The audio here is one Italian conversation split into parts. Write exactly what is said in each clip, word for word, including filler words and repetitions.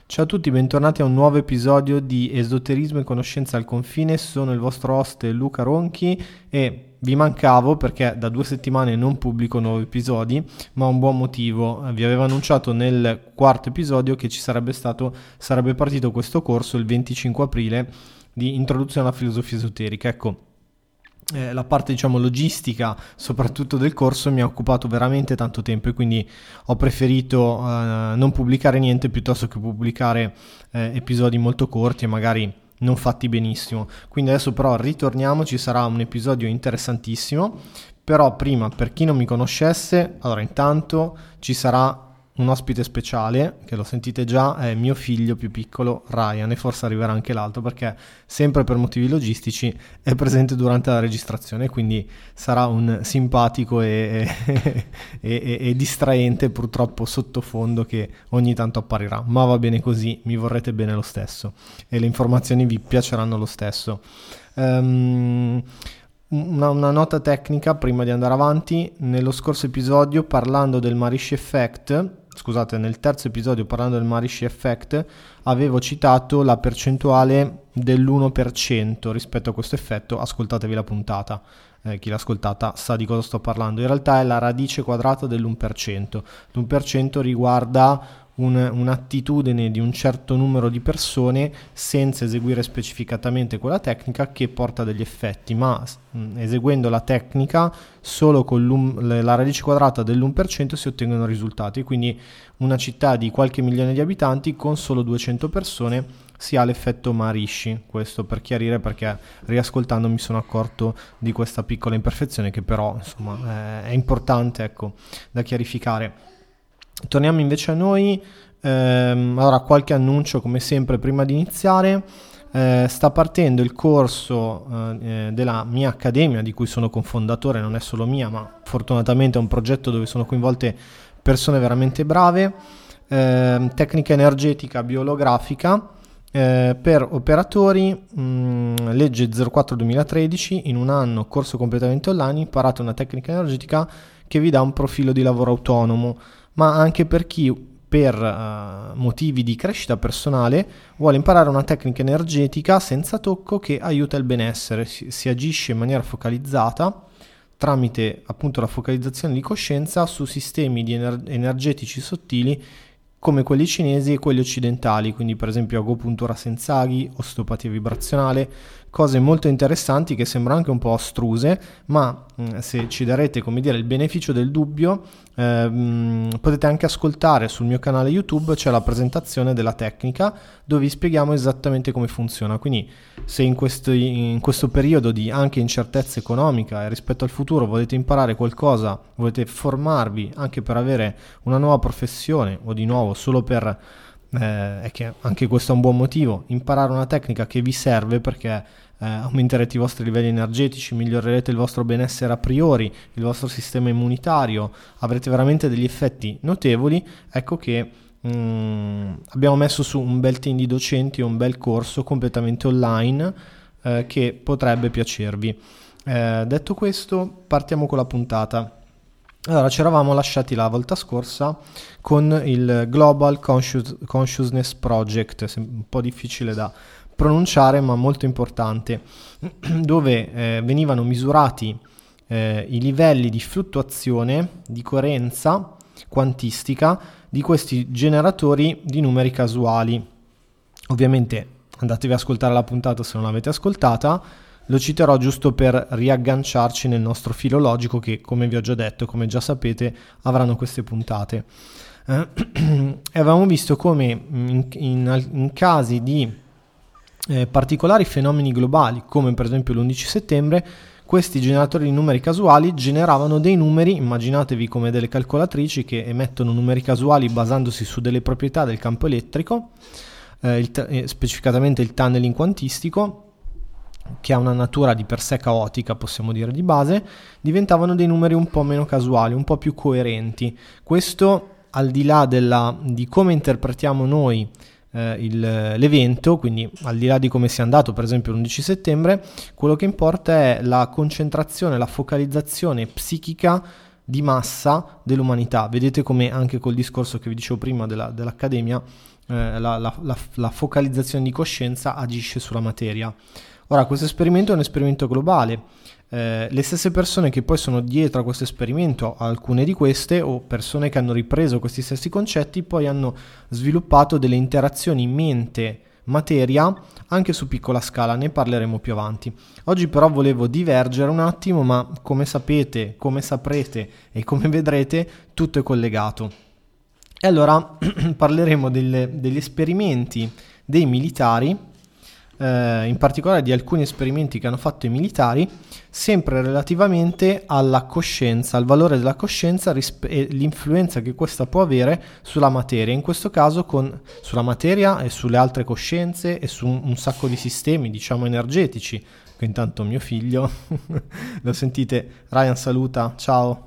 Ciao a tutti, bentornati a un nuovo episodio di Esoterismo e Conoscenza al Confine. Sono il vostro host Luca Ronchi e vi mancavo perché da due settimane non pubblico nuovi episodi, ma ho un buon motivo. Vi avevo annunciato nel quarto episodio che ci sarebbe stato, sarebbe partito questo corso il venticinque aprile di introduzione alla filosofia esoterica. Ecco, Eh, la parte diciamo logistica soprattutto del corso mi ha occupato veramente tanto tempo e quindi ho preferito eh, non pubblicare niente piuttosto che pubblicare eh, episodi molto corti e magari non fatti benissimo. Quindi adesso però ritorniamo, ci sarà un episodio interessantissimo, però prima, per chi non mi conoscesse, allora intanto ci sarà un ospite speciale, che lo sentite già, è mio figlio più piccolo Ryan, e forse arriverà anche l'altro perché sempre per motivi logistici è presente durante la registrazione, quindi sarà un simpatico e, e, e, e distraente purtroppo sottofondo che ogni tanto apparirà, ma va bene così, mi vorrete bene lo stesso e le informazioni vi piaceranno lo stesso. Um, Una, una nota tecnica prima di andare avanti: nello scorso episodio parlando del Maharishi Effect, scusate, nel terzo episodio parlando del Maharishi Effect avevo citato la percentuale dell'uno per cento rispetto a questo effetto. Ascoltatevi la puntata, eh, chi l'ha ascoltata sa di cosa sto parlando. In realtà è la radice quadrata dell'uno per cento. L'uno per cento riguarda Un, un'attitudine di un certo numero di persone senza eseguire specificatamente quella tecnica che porta degli effetti, ma mh, eseguendo la tecnica solo con la radice quadrata dell'uno per cento si ottengono risultati. Quindi una città di qualche milione di abitanti con solo duecento persone si ha l'effetto Maharishi. Questo per chiarire, perché riascoltando mi sono accorto di questa piccola imperfezione che però insomma è, è importante, ecco, da chiarificare. Torniamo invece a noi. ehm, allora qualche annuncio come sempre prima di iniziare. Eh, sta partendo il corso eh, della mia accademia di cui sono cofondatore, non è solo mia ma fortunatamente è un progetto dove sono coinvolte persone veramente brave, eh, tecnica energetica biolografica eh, per operatori, mh, legge zero quattro duemilatredici, in un anno corso completamente online, imparate una tecnica energetica che vi dà un profilo di lavoro autonomo, ma anche per chi per uh, motivi di crescita personale vuole imparare una tecnica energetica senza tocco che aiuta il benessere. Si, si agisce in maniera focalizzata tramite appunto la focalizzazione di coscienza su sistemi di ener- energetici sottili come quelli cinesi e quelli occidentali, quindi per esempio agopuntura sensagi, osteopatia vibrazionale, cose molto interessanti che sembrano anche un po' astruse, ma mh, se ci darete, come dire, il beneficio del dubbio, eh, mh, potete anche ascoltare sul mio canale YouTube, c'è la presentazione della tecnica dove vi spieghiamo esattamente come funziona. Quindi se in questo, in questo periodo di anche incertezza economica e rispetto al futuro volete imparare qualcosa, volete formarvi anche per avere una nuova professione o di nuovo solo per Eh, è che anche questo è un buon motivo, imparare una tecnica che vi serve perché eh, aumenterete i vostri livelli energetici, migliorerete il vostro benessere a priori, il vostro sistema immunitario, avrete veramente degli effetti notevoli. Ecco che mh, abbiamo messo su un bel team di docenti, un bel corso completamente online eh, che potrebbe piacervi. Eh, detto questo, partiamo con la puntata. Allora, ci eravamo lasciati la volta scorsa con il Global Conscious- Consciousness Project, un po' difficile da pronunciare ma molto importante, dove eh, venivano misurati eh, i livelli di fluttuazione, di coerenza quantistica di questi generatori di numeri casuali. Ovviamente andatevi ad ascoltare la puntata se non l'avete ascoltata. Lo citerò giusto per riagganciarci nel nostro filo logico che, come vi ho già detto, come già sapete, avranno queste puntate. Eh, e avevamo visto come in, in, in casi di eh, particolari fenomeni globali, come per esempio l'undici settembre, questi generatori di numeri casuali generavano dei numeri, immaginatevi come delle calcolatrici che emettono numeri casuali basandosi su delle proprietà del campo elettrico, eh, il, eh, specificatamente il tunneling quantistico, che ha una natura di per sé caotica, possiamo dire di base, diventavano dei numeri un po' meno casuali, un po' più coerenti. Questo al di là della, di come interpretiamo noi eh, il, l'evento, quindi al di là di come sia andato per esempio l'undici settembre, quello che importa è la concentrazione, la focalizzazione psichica di massa dell'umanità. Vedete come anche col discorso che vi dicevo prima della, dell'accademia, eh, la, la, la, la focalizzazione di coscienza agisce sulla materia. Ora, questo esperimento è un esperimento globale. Eh, le stesse persone che poi sono dietro a questo esperimento, alcune di queste, o persone che hanno ripreso questi stessi concetti, poi hanno sviluppato delle interazioni mente-materia anche su piccola scala, ne parleremo più avanti. Oggi però volevo divergere un attimo, ma come sapete, come saprete e come vedrete, tutto è collegato. E allora parleremo delle, degli esperimenti dei militari, eh, in particolare di alcuni esperimenti che hanno fatto i militari, sempre relativamente alla coscienza, al valore della coscienza risp- e l'influenza che questa può avere sulla materia, in questo caso con, sulla materia e sulle altre coscienze e su un, un sacco di sistemi, diciamo, energetici. Che intanto mio figlio, lo sentite, Ryan saluta, ciao.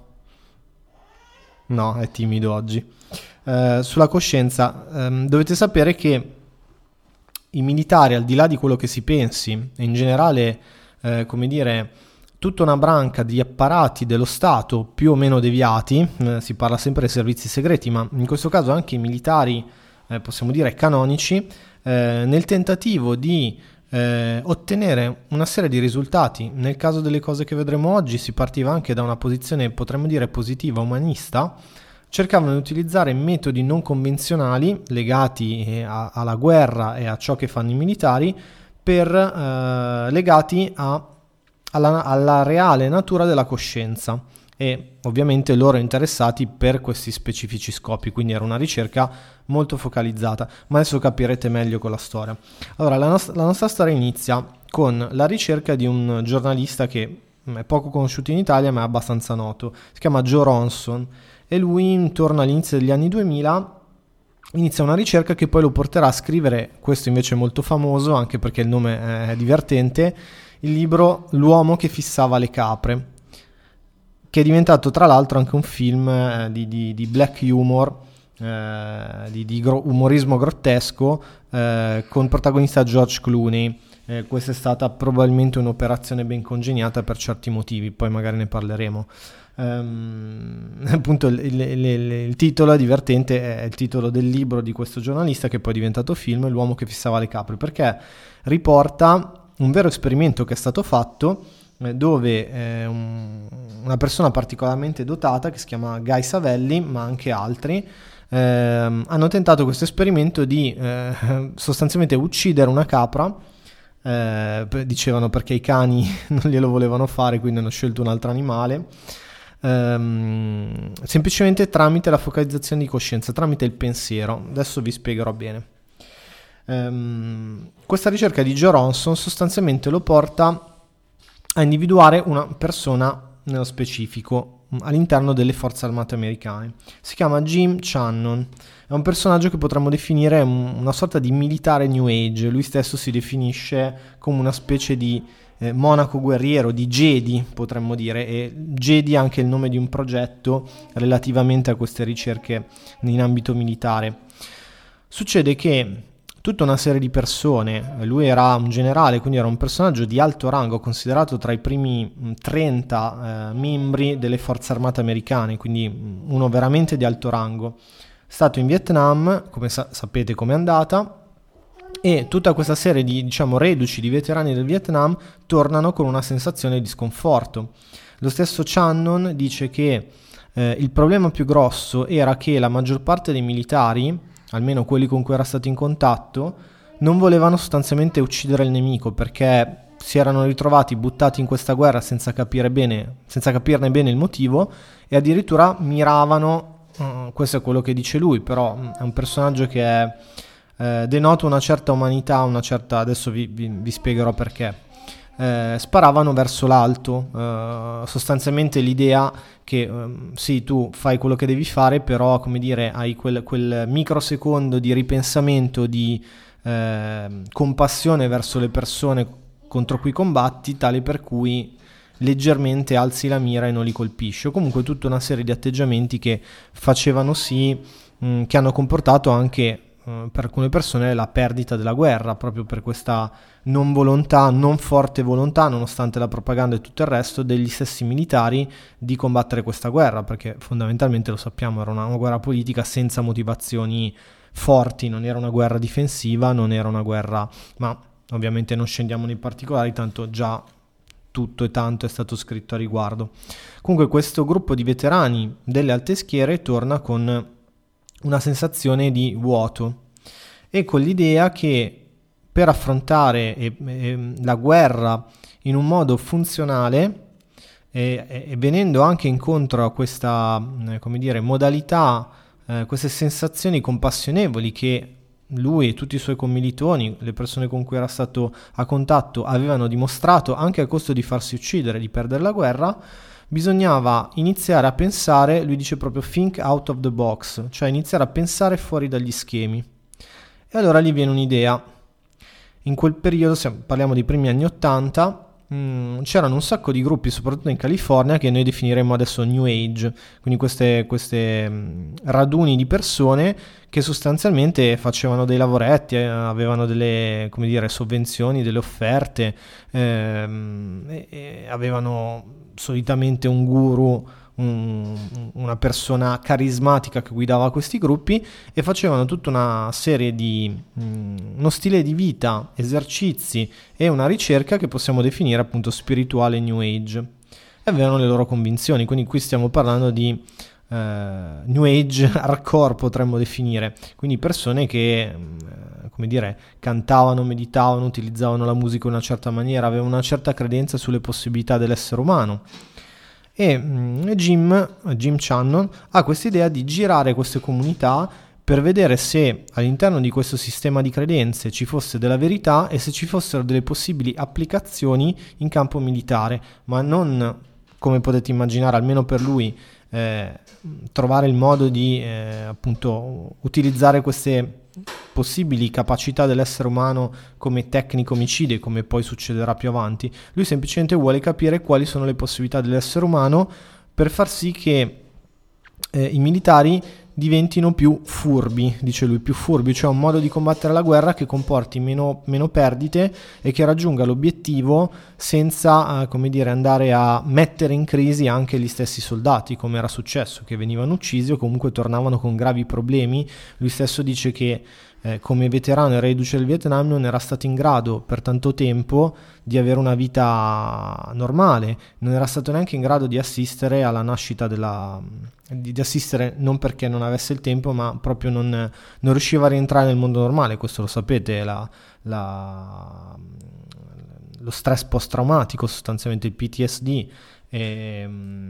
No, è timido oggi. Eh, sulla coscienza, ehm, dovete sapere che i militari, al di là di quello che si pensi, e in generale, eh, come dire, tutta una branca di apparati dello Stato più o meno deviati, eh, si parla sempre dei servizi segreti, ma in questo caso anche i militari, eh, possiamo dire canonici, eh, nel tentativo di eh, ottenere una serie di risultati. Nel caso delle cose che vedremo oggi si partiva anche da una posizione, potremmo dire, positiva, umanista. Cercavano di utilizzare metodi non convenzionali legati a, alla guerra e a ciò che fanno i militari, per eh, legati a, alla, alla reale natura della coscienza, e ovviamente loro interessati per questi specifici scopi, quindi era una ricerca molto focalizzata, ma adesso capirete meglio con la storia. Allora, la, nost- la nostra storia inizia con la ricerca di un giornalista che è poco conosciuto in Italia ma è abbastanza noto, si chiama Joe Ronson, e lui intorno all'inizio degli anni duemila inizia una ricerca che poi lo porterà a scrivere, questo invece è molto famoso anche perché il nome è divertente, il libro L'uomo che fissava le capre, che è diventato tra l'altro anche un film eh, di, di, di black humor, eh, di, di gro- umorismo grottesco, eh, con protagonista George Clooney. Eh, questa è stata probabilmente un'operazione ben congegnata per certi motivi, poi magari ne parleremo. Um, appunto il, il, il, il titolo è divertente, è il titolo del libro di questo giornalista che poi è diventato film, L'uomo che fissava le capre, perché riporta un vero esperimento che è stato fatto, eh, dove eh, un, una persona particolarmente dotata che si chiama Guy Savelli, ma anche altri, eh, hanno tentato questo esperimento di eh, sostanzialmente uccidere una capra. Eh, dicevano perché i cani non glielo volevano fare, quindi hanno scelto un altro animale. Um, semplicemente tramite la focalizzazione di coscienza, tramite il pensiero. Adesso vi spiegherò bene. Um, questa ricerca di Joe Ronson sostanzialmente lo porta a individuare una persona nello specifico all'interno delle forze armate americane. Si chiama Jim Channon, è un personaggio che potremmo definire una sorta di militare New Age. Lui stesso si definisce come una specie di eh, monaco guerriero, di Jedi potremmo dire, e Jedi è anche il nome di un progetto relativamente a queste ricerche in ambito militare. Succede che tutta una serie di persone, lui era un generale, quindi era un personaggio di alto rango, considerato tra i primi trenta eh, membri delle forze armate americane, quindi uno veramente di alto rango. È stato in Vietnam, come sa- sapete com'è andata, e tutta questa serie di, diciamo, reduci di veterani del Vietnam tornano con una sensazione di sconforto. Lo stesso Channon dice che eh, il problema più grosso era che la maggior parte dei militari, almeno quelli con cui era stato in contatto, non volevano sostanzialmente uccidere il nemico, perché si erano ritrovati buttati in questa guerra senza capire bene, senza capirne bene il motivo, e addirittura miravano, uh, questo è quello che dice lui, però è un personaggio che è, eh, denota una certa umanità, una certa, adesso vi, vi, vi spiegherò perché. Eh, sparavano verso l'alto, eh, sostanzialmente l'idea che eh, sì, tu fai quello che devi fare, però, come dire, hai quel, quel microsecondo di ripensamento, di eh, compassione verso le persone contro cui combatti, tale per cui leggermente alzi la mira e non li colpisci, o comunque tutta una serie di atteggiamenti che facevano sì, mh, che hanno comportato anche eh, per alcune persone è la perdita della guerra, proprio per questa non volontà, non forte volontà, nonostante la propaganda e tutto il resto, degli stessi militari di combattere questa guerra, perché fondamentalmente lo sappiamo, era una, una guerra politica senza motivazioni forti, non era una guerra difensiva, non era una guerra, ma ovviamente non scendiamo nei particolari, tanto già tutto e tanto è stato scritto a riguardo. Comunque questo gruppo di veterani delle alte schiere torna con una sensazione di vuoto e con l'idea che per affrontare e, e, la guerra in un modo funzionale e, e venendo anche incontro a questa, eh, come dire, modalità, eh, queste sensazioni compassionevoli che lui e tutti i suoi commilitoni, le persone con cui era stato a contatto, avevano dimostrato anche a costo di farsi uccidere, di perdere la guerra, bisognava iniziare a pensare, lui dice proprio think out of the box, cioè iniziare a pensare fuori dagli schemi. E allora gli viene un'idea. In quel periodo, parliamo dei primi anni ottanta, mh, c'erano un sacco di gruppi, soprattutto in California, che noi definiremmo adesso New Age, quindi queste, queste mh, raduni di persone che sostanzialmente facevano dei lavoretti, eh, avevano delle, come dire, sovvenzioni, delle offerte, ehm, e, e avevano solitamente un guru, un, una persona carismatica che guidava questi gruppi e facevano tutta una serie di mh, uno stile di vita, esercizi e una ricerca che possiamo definire appunto spirituale New Age, e avevano le loro convinzioni, quindi qui stiamo parlando di uh, New Age hardcore, potremmo definire, quindi persone che uh, come dire, cantavano, meditavano, utilizzavano la musica in una certa maniera, avevano una certa credenza sulle possibilità dell'essere umano. E Jim, Jim Channon ha questa idea di girare queste comunità per vedere se all'interno di questo sistema di credenze ci fosse della verità e se ci fossero delle possibili applicazioni in campo militare, ma non, come potete immaginare, almeno per lui, eh, trovare il modo di eh, appunto utilizzare queste possibili capacità dell'essere umano come tecnico omicide, come poi succederà più avanti. Lui semplicemente vuole capire quali sono le possibilità dell'essere umano per far sì che eh, i militari diventino più furbi, dice lui, più furbi, cioè un modo di combattere la guerra che comporti meno, meno perdite e che raggiunga l'obiettivo senza, eh, come dire, andare a mettere in crisi anche gli stessi soldati, come era successo, che venivano uccisi o comunque tornavano con gravi problemi. Lui stesso dice che eh, come veterano e reduce del Vietnam non era stato in grado per tanto tempo di avere una vita normale, non era stato neanche in grado di assistere alla nascita della... di, di assistere non perché non avesse il tempo, ma proprio non, non riusciva a rientrare nel mondo normale. Questo lo sapete, la, la, lo stress post-traumatico, sostanzialmente il P T S D, e,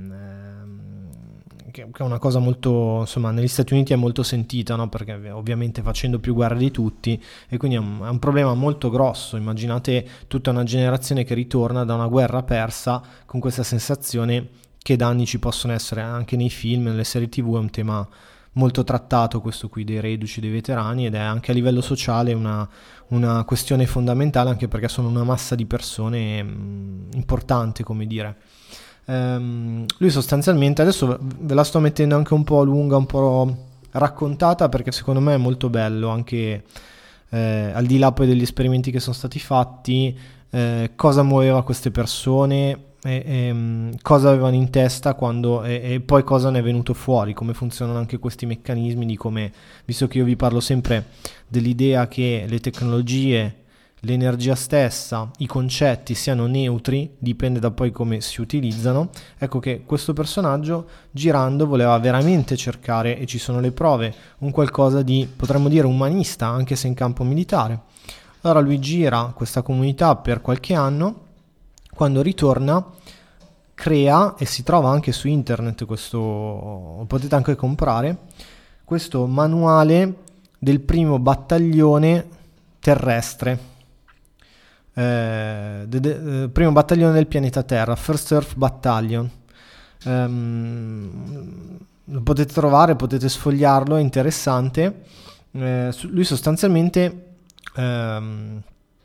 che è una cosa molto, insomma, negli Stati Uniti è molto sentita, no? Perché ovviamente facendo più guerre di tutti, e quindi è un, è un problema molto grosso. Immaginate tutta una generazione che ritorna da una guerra persa con questa sensazione. Che danni ci possono essere anche nei film, nelle serie tv, è un tema molto trattato questo qui dei reduci, dei veterani, ed è anche a livello sociale una, una questione fondamentale, anche perché sono una massa di persone mh, importante, come dire. Um, lui sostanzialmente, adesso ve la sto mettendo anche un po' lunga, un po' raccontata, perché secondo me è molto bello, anche eh, al di là poi degli esperimenti che sono stati fatti, eh, cosa muoveva queste persone, e, e, cosa avevano in testa quando, e, e poi cosa ne è venuto fuori, come funzionano anche questi meccanismi, di come, visto che io vi parlo sempre dell'idea che le tecnologie, l'energia stessa, i concetti siano neutri, dipende da poi come si utilizzano. Ecco che questo personaggio, girando, voleva veramente cercare, e ci sono le prove, un qualcosa di, potremmo dire, umanista, anche se in campo militare. Allora lui gira questa comunità per qualche anno. Quando ritorna, crea, e si trova anche su internet, questo potete anche comprare, questo manuale del primo battaglione terrestre, eh, de, de, primo battaglione del pianeta Terra, First Earth Battalion. Um, lo potete trovare, potete sfogliarlo, è interessante. Eh, lui sostanzialmente um,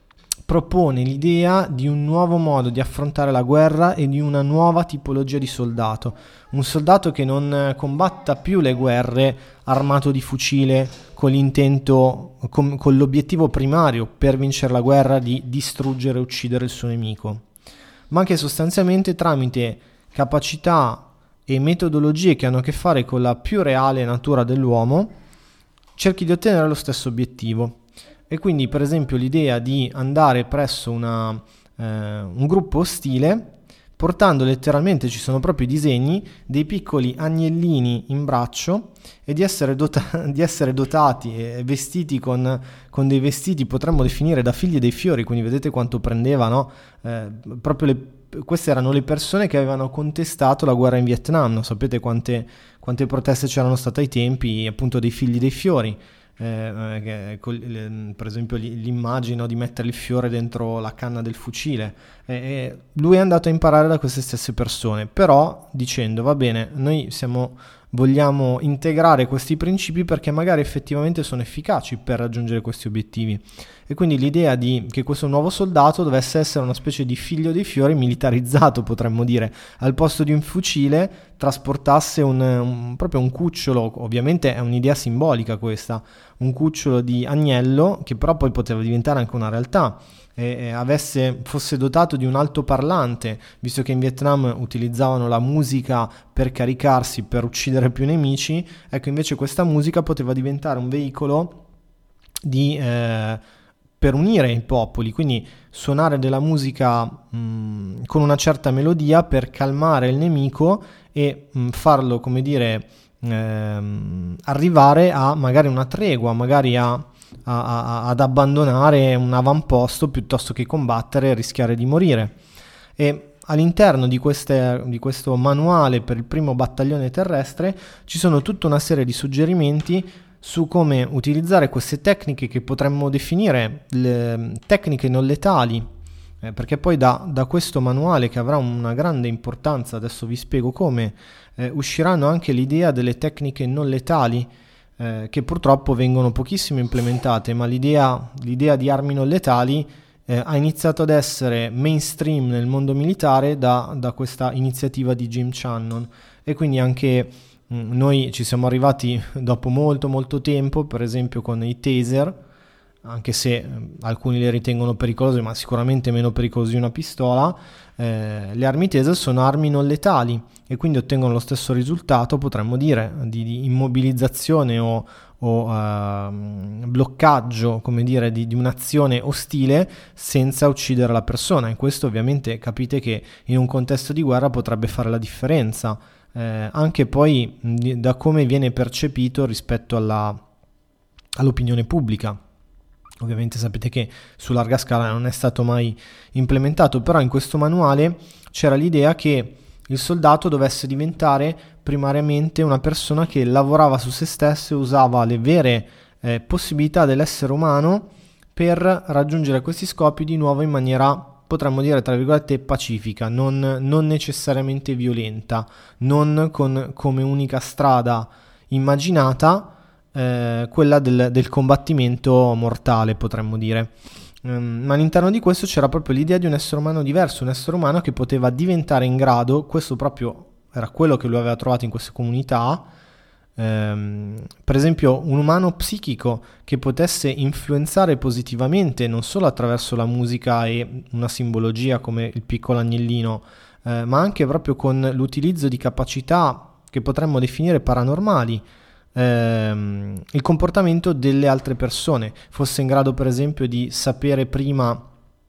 propone l'idea di un nuovo modo di affrontare la guerra e di una nuova tipologia di soldato. Un soldato che non combatta più le guerre armato di fucile con l'intento, con, con l'obiettivo primario per vincere la guerra di distruggere e uccidere il suo nemico, ma che sostanzialmente tramite capacità e metodologie che hanno a che fare con la più reale natura dell'uomo cerchi di ottenere lo stesso obiettivo. E quindi, per esempio, l'idea di andare presso una, eh, un gruppo ostile portando letteralmente, ci sono proprio i disegni, dei piccoli agnellini in braccio e di essere, dota- di essere dotati e vestiti con, con dei vestiti, potremmo definire da figli dei fiori, quindi vedete quanto prendeva, no? Eh, proprio le, queste erano le persone che avevano contestato la guerra in Vietnam, no? Sapete quante, quante proteste c'erano state ai tempi, appunto, dei figli dei fiori. Eh, che, col, per esempio l'immagine di mettere il fiore dentro la canna del fucile, eh, eh, lui è andato a imparare da queste stesse persone, però dicendo va bene, noi siamo, vogliamo integrare questi principi perché magari effettivamente sono efficaci per raggiungere questi obiettivi. E quindi l'idea di che questo nuovo soldato dovesse essere una specie di figlio dei fiori militarizzato, potremmo dire, al posto di un fucile trasportasse un, un, proprio un cucciolo, ovviamente è un'idea simbolica questa, un cucciolo di agnello che però poi poteva diventare anche una realtà, e, e avesse, fosse dotato di un altoparlante, visto che in Vietnam utilizzavano la musica per caricarsi, per uccidere più nemici, ecco invece questa musica poteva diventare un veicolo di... Eh, per unire i popoli, quindi suonare della musica mh, con una certa melodia per calmare il nemico e mh, farlo, come dire, ehm, arrivare a magari una tregua, magari a, a, a, ad abbandonare un avamposto piuttosto che combattere e rischiare di morire. E all'interno di, queste, di questo manuale per il primo battaglione terrestre ci sono tutta una serie di suggerimenti su come utilizzare queste tecniche che potremmo definire le tecniche non letali, eh, perché poi da, da questo manuale, che avrà una grande importanza, adesso vi spiego come, eh, usciranno anche l'idea delle tecniche non letali, eh, che purtroppo vengono pochissimo implementate, ma l'idea, l'idea di armi non letali eh, ha iniziato ad essere mainstream nel mondo militare da, da questa iniziativa di Jim Channon, e quindi anche noi ci siamo arrivati dopo molto molto tempo, per esempio con i taser, anche se alcuni le ritengono pericolose, ma sicuramente meno pericolose di una pistola. Eh, le armi taser sono armi non letali e quindi ottengono lo stesso risultato, potremmo dire, di, di immobilizzazione o, o uh, bloccaggio, come dire, di, di un'azione ostile senza uccidere la persona. E questo ovviamente capite che in un contesto di guerra potrebbe fare la differenza. Eh, anche poi da come viene percepito rispetto alla, all'opinione pubblica. Ovviamente sapete che su larga scala non è stato mai implementato, però in questo manuale c'era l'idea che il soldato dovesse diventare primariamente una persona che lavorava su se stesso e usava le vere eh, possibilità dell'essere umano per raggiungere questi scopi di nuovo in maniera, potremmo dire, tra virgolette, pacifica, non, non necessariamente violenta, non con come unica strada immaginata eh, quella del, del combattimento mortale, potremmo dire. Um, ma all'interno di questo c'era proprio l'idea di un essere umano diverso, un essere umano che poteva diventare in grado, questo proprio era quello che lui aveva trovato in queste comunità, Um, per esempio un umano psichico che potesse influenzare positivamente non solo attraverso la musica e una simbologia come il piccolo agnellino, eh, ma anche proprio con l'utilizzo di capacità che potremmo definire paranormali, ehm, il comportamento delle altre persone, fosse in grado per esempio di sapere prima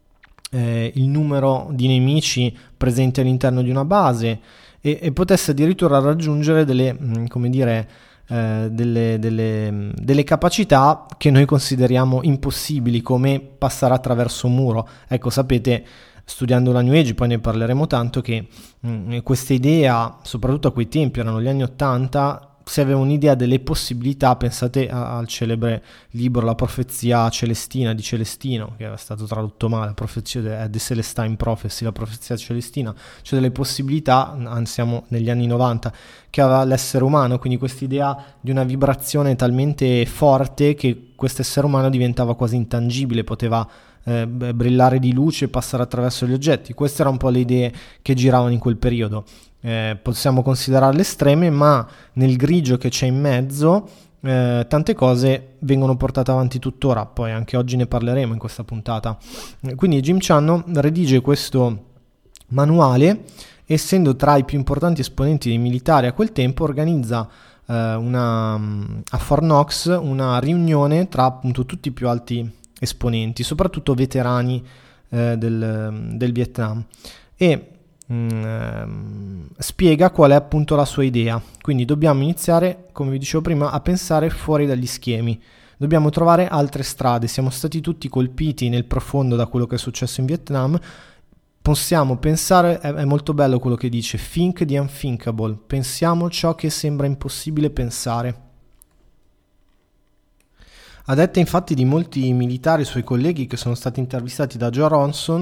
eh, il numero di nemici presenti all'interno di una base, E, e potesse addirittura raggiungere delle, come dire, eh, delle, delle, delle capacità che noi consideriamo impossibili, come passare attraverso un muro. Ecco, sapete, studiando la New Age, poi ne parleremo tanto, che mh, questa idea, soprattutto a quei tempi, erano gli anni ottanta, si aveva un'idea delle possibilità. Pensate al celebre libro La profezia celestina di Celestino, che è stato tradotto male, profezia, The Celestine Prophecy, la profezia celestina, cioè delle possibilità, siamo negli anni novanta, che aveva l'essere umano, quindi quest'idea di una vibrazione talmente forte che questo essere umano diventava quasi intangibile, poteva eh, brillare di luce, passare attraverso gli oggetti. Queste erano un po' le idee che giravano in quel periodo. Eh, possiamo considerarle estreme, ma nel grigio che c'è in mezzo eh, tante cose vengono portate avanti tuttora. Poi anche oggi ne parleremo in questa puntata. Quindi Jim Channon redige questo manuale, essendo tra i più importanti esponenti dei militari a quel tempo, organizza eh, una, a Fort Knox una riunione tra appunto tutti i più alti esponenti, soprattutto veterani eh, del, del Vietnam, e mh, spiega qual è appunto la sua idea. Quindi dobbiamo iniziare, come vi dicevo prima, a pensare fuori dagli schemi. Dobbiamo trovare altre strade. Siamo stati tutti colpiti nel profondo da quello che è successo in Vietnam. Possiamo pensare, è, è molto bello quello che dice, think the unthinkable, pensiamo ciò che sembra impossibile pensare. A detta infatti di molti militari suoi colleghi che sono stati intervistati da Joe Ronson,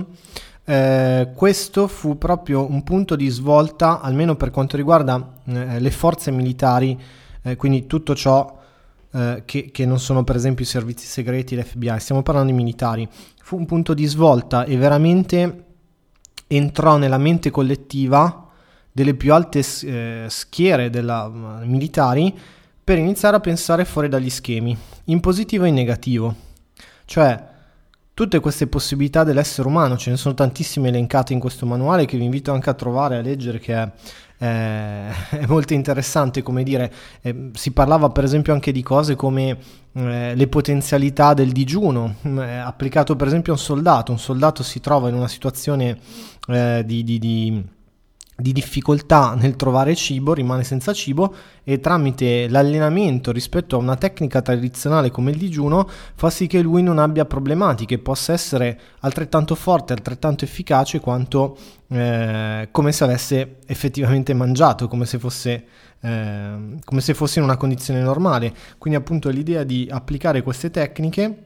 eh, questo fu proprio un punto di svolta, almeno per quanto riguarda eh, le forze militari, eh, quindi tutto ciò eh, che, che non sono per esempio i servizi segreti, l'F B I, stiamo parlando di militari. Fu un punto di svolta e veramente entrò nella mente collettiva delle più alte eh, schiere della, uh, militari, per iniziare a pensare fuori dagli schemi, in positivo e in negativo. Cioè, tutte queste possibilità dell'essere umano, ce ne sono tantissime elencate in questo manuale che vi invito anche a trovare, a leggere, che è, eh, è molto interessante. Come dire, eh, si parlava per esempio anche di cose come eh, le potenzialità del digiuno, eh, applicato per esempio a un soldato. Un soldato si trova in una situazione eh, di... di, di di difficoltà nel trovare cibo, rimane senza cibo, e tramite l'allenamento rispetto a una tecnica tradizionale come il digiuno fa sì che lui non abbia problematiche, possa essere altrettanto forte, altrettanto efficace quanto eh, come se avesse effettivamente mangiato, come se fosse eh, come se fosse in una condizione normale. Quindi appunto l'idea di applicare queste tecniche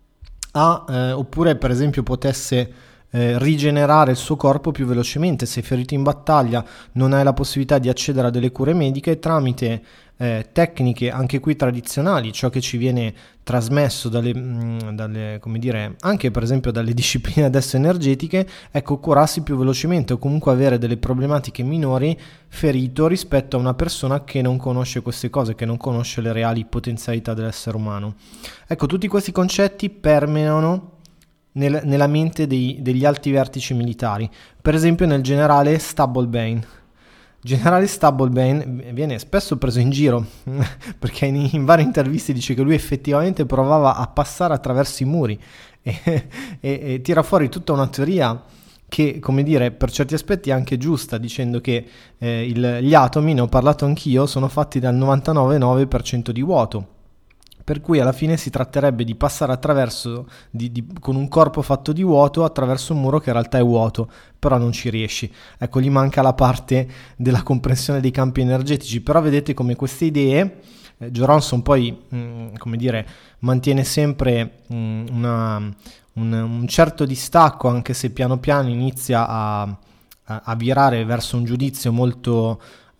a eh, oppure per esempio potesse Eh, rigenerare il suo corpo più velocemente. Se ferito in battaglia non hai la possibilità di accedere a delle cure mediche, tramite eh, tecniche anche qui tradizionali, ciò che ci viene trasmesso dalle, mh, dalle, come dire, anche per esempio dalle discipline adesso energetiche, ecco, curarsi più velocemente o comunque avere delle problematiche minori ferito rispetto a una persona che non conosce queste cose, che non conosce le reali potenzialità dell'essere umano. Ecco, tutti questi concetti permeano Nel, nella mente dei, degli alti vertici militari. Per esempio nel generale Stubblebane. Generale Stubblebane viene spesso preso in giro perché in, in varie interviste dice che lui effettivamente provava a passare attraverso i muri e, e, e tira fuori tutta una teoria che, come dire, per certi aspetti è anche giusta, dicendo che eh, il, gli atomi, ne ho parlato anch'io, sono fatti dal novantanove virgola nove per cento di vuoto. Per cui alla fine si tratterebbe di passare attraverso, di, di, con un corpo fatto di vuoto, attraverso un muro che in realtà è vuoto, però non ci riesci. Ecco, gli manca la parte della comprensione dei campi energetici, però vedete come queste idee, eh, Joe Ronson poi, mh, come dire, mantiene sempre mh, una, un, un certo distacco, anche se piano piano inizia a, a, a virare verso un giudizio molto,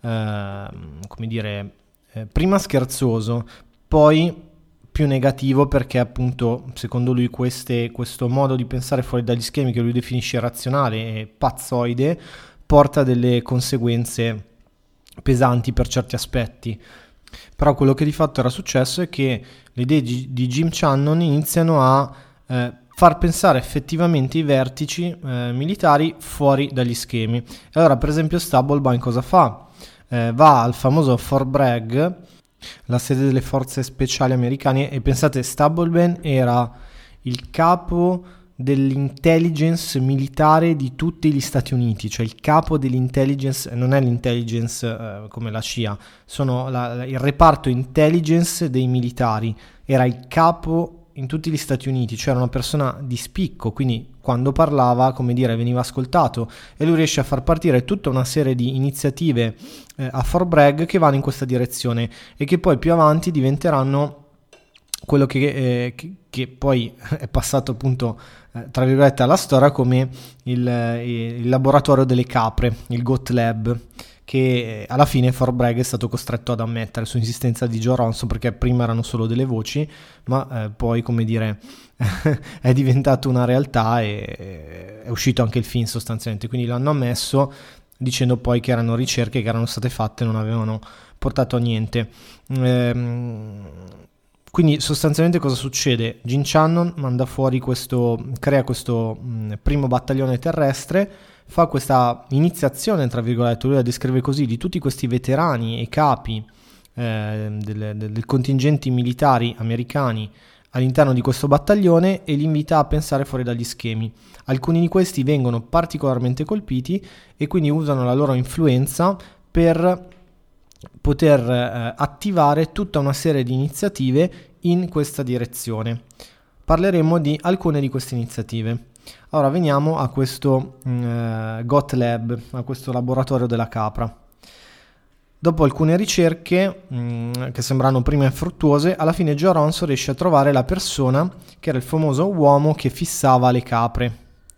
eh, come dire, eh, prima scherzoso, poi più negativo, perché appunto secondo lui queste, questo modo di pensare fuori dagli schemi, che lui definisce razionale e pazzoide, porta delle conseguenze pesanti per certi aspetti. Però quello che di fatto era successo è che le idee di, di Jim Channon iniziano a eh, far pensare effettivamente i vertici eh, militari fuori dagli schemi. E allora per esempio Stubblebine cosa fa? Eh, va al famoso Fort Bragg, la sede delle forze speciali americane, e pensate, Stubblebane era il capo dell'intelligence militare di tutti gli Stati Uniti, cioè il capo dell'intelligence, non è l'intelligence eh, come la C I A, sono la, il reparto intelligence dei militari, era il capo in tutti gli Stati Uniti, cioè era una persona di spicco, quindi quando parlava, come dire, veniva ascoltato, e lui riesce a far partire tutta una serie di iniziative eh, a Fort Bragg che vanno in questa direzione e che poi più avanti diventeranno quello che, eh, che, che poi è passato appunto eh, tra virgolette alla storia come il, eh, il laboratorio delle capre, il Goat Lab, che alla fine Fort Bragg è stato costretto ad ammettere su insistenza di Joe Ronson, perché prima erano solo delle voci, ma eh, poi, come dire, è diventato una realtà e è uscito anche il film sostanzialmente, quindi l'hanno ammesso dicendo poi che erano ricerche che erano state fatte e non avevano portato a niente. Ehm, quindi sostanzialmente cosa succede? Gene Shannon manda fuori questo, crea questo mh, primo battaglione terrestre, fa questa iniziazione, tra virgolette, lui la descrive così, di tutti questi veterani e capi eh, del, del, del contingenti militari americani all'interno di questo battaglione e li invita a pensare fuori dagli schemi. Alcuni di questi vengono particolarmente colpiti e quindi usano la loro influenza per poter eh, attivare tutta una serie di iniziative in questa direzione. Parleremo di alcune di queste iniziative. Ora veniamo a questo eh, Goat Lab, a questo laboratorio della capra. Dopo alcune ricerche mh, che sembrano prima infruttuose, alla fine Joe Ronson riesce a trovare la persona che era il famoso uomo che fissava le capre.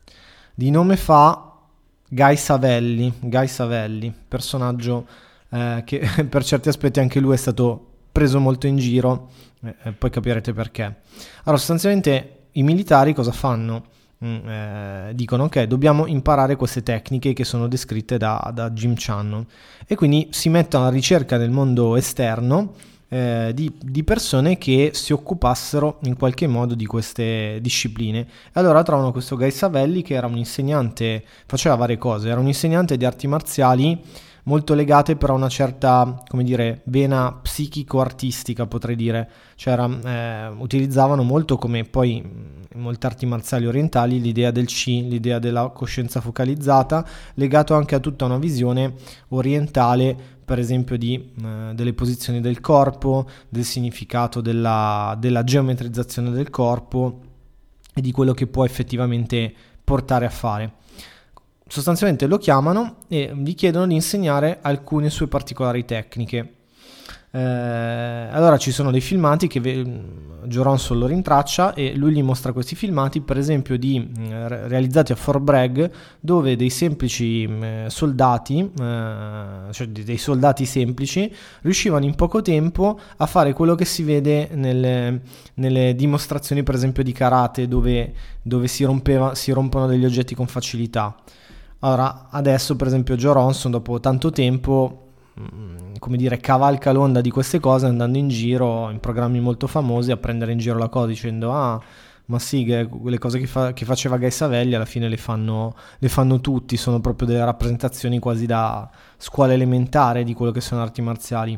Di nome fa Guy Savelli, Guy Savelli, personaggio eh, che per certi aspetti anche lui è stato preso molto in giro, eh, poi capirete perché. Allora, sostanzialmente i militari cosa fanno? Mm, eh, dicono ok, dobbiamo imparare queste tecniche che sono descritte da, da Gene Shannon, e quindi si mettono alla ricerca nel mondo esterno eh, di, di persone che si occupassero in qualche modo di queste discipline. E allora trovano questo Guy Savelli, che era un insegnante, faceva varie cose, era un insegnante di arti marziali molto legate però a una certa, come dire, vena psichico-artistica, potrei dire. Cioè eh, utilizzavano molto, come poi in molte arti marziali orientali, l'idea del Qi, l'idea della coscienza focalizzata, legato anche a tutta una visione orientale, per esempio di, eh, delle posizioni del corpo, del significato della, della geometrizzazione del corpo e di quello che può effettivamente portare a fare. Sostanzialmente lo chiamano e gli chiedono di insegnare alcune sue particolari tecniche. Eh, allora ci sono dei filmati che Joe Ronson lo rintraccia e lui gli mostra questi filmati, per esempio di eh, realizzati a Fort Bragg, dove dei semplici eh, soldati, eh, cioè dei soldati semplici, riuscivano in poco tempo a fare quello che si vede nelle, nelle dimostrazioni, per esempio di karate, dove, dove si, rompeva, si rompono degli oggetti con facilità. Allora, adesso per esempio Joe Ronson, dopo tanto tempo, come dire, cavalca l'onda di queste cose andando in giro in programmi molto famosi a prendere in giro la cosa, dicendo ah, ma sì, che le cose che, fa, che faceva Guy Savelli alla fine le fanno, le fanno tutti, sono proprio delle rappresentazioni quasi da scuola elementare di quello che sono arti marziali.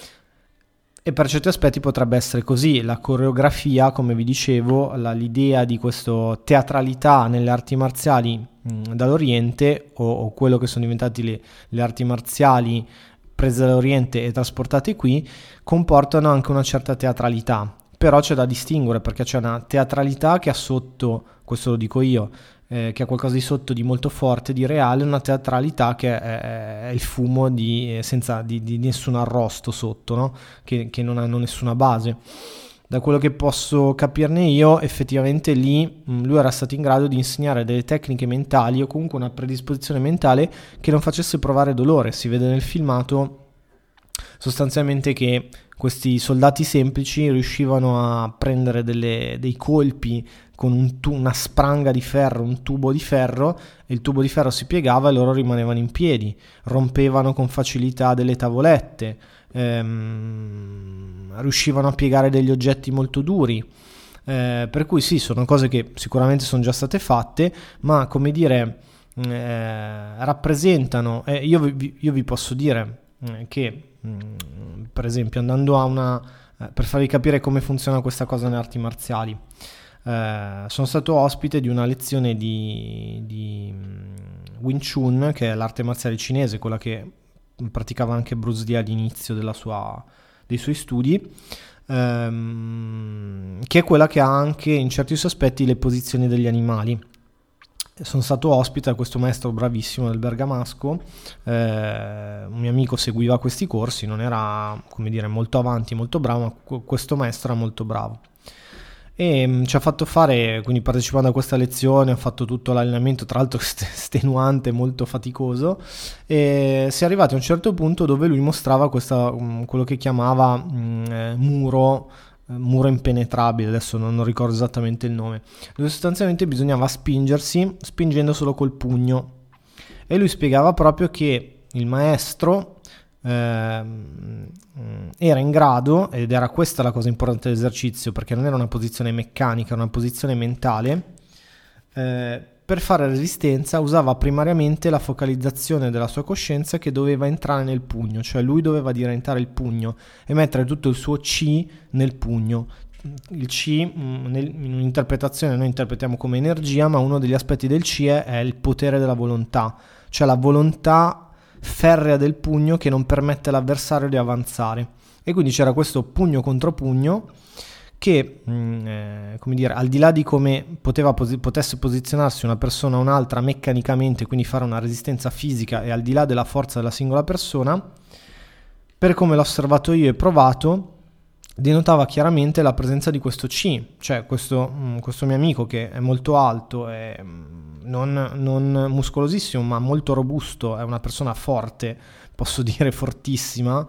E per certi aspetti potrebbe essere così. La coreografia, come vi dicevo, la, l'idea di questa teatralità nelle arti marziali mh, dall'Oriente, o, o quello che sono diventate le, le arti marziali prese dall'Oriente e trasportate qui, comportano anche una certa teatralità. Però c'è da distinguere, perché c'è una teatralità che ha sotto, questo lo dico io, eh, che ha qualcosa di sotto di molto forte, di reale, una teatralità che è, è il fumo di, senza, di, di nessun arrosto sotto, no? che, che non hanno nessuna base. Da quello che posso capirne io, effettivamente lì mh, lui era stato in grado di insegnare delle tecniche mentali o comunque una predisposizione mentale che non facesse provare dolore. Si vede nel filmato sostanzialmente che questi soldati semplici riuscivano a prendere delle, dei colpi con un tu- una spranga di ferro, un tubo di ferro, e il tubo di ferro si piegava e loro rimanevano in piedi, rompevano con facilità delle tavolette, ehm, riuscivano a piegare degli oggetti molto duri, eh, per cui sì, sono cose che sicuramente sono già state fatte, ma come dire, eh, rappresentano, eh, io, vi, io vi posso dire eh, che mh, per esempio andando a una, eh, per farvi capire come funziona questa cosa nelle arti marziali, Uh, sono stato ospite di una lezione di, di Wing Chun, che è l'arte marziale cinese, quella che praticava anche Bruce Lee all'inizio della sua, dei suoi studi, ehm, che è quella che ha anche in certi suoi aspetti le posizioni degli animali. Sono stato ospite a questo maestro bravissimo del Bergamasco, eh, un mio amico seguiva questi corsi, non era, come dire, molto avanti, molto bravo, ma questo maestro era molto bravo. E mh, ci ha fatto fare, quindi partecipando a questa lezione, ho fatto tutto l'allenamento, tra l'altro estenuante, molto faticoso, e si è arrivati a un certo punto dove lui mostrava questa, mh, quello che chiamava mh, eh, muro, muro impenetrabile, adesso non, non ricordo esattamente il nome, dove sostanzialmente bisognava spingersi spingendo solo col pugno, e lui spiegava proprio che il maestro ehm, era in grado, ed era questa la cosa importante dell'esercizio, perché non era una posizione meccanica, era una posizione mentale, eh, per fare resistenza usava primariamente la focalizzazione della sua coscienza che doveva entrare nel pugno, cioè lui doveva diventare il pugno e mettere tutto il suo chi nel pugno. Il chi in un'interpretazione noi interpretiamo come energia, ma uno degli aspetti del chi è, è il potere della volontà, cioè la volontà ferrea del pugno che non permette all'avversario di avanzare. E quindi c'era questo pugno contro pugno che, eh, come dire, al di là di come poteva posi- potesse posizionarsi una persona o un'altra meccanicamente, quindi fare una resistenza fisica, e al di là della forza della singola persona, per come l'ho osservato io e provato, denotava chiaramente la presenza di questo chi, cioè questo, mh, questo mio amico che è molto alto, è mh, non, non muscolosissimo ma molto robusto, è una persona forte, posso dire fortissima,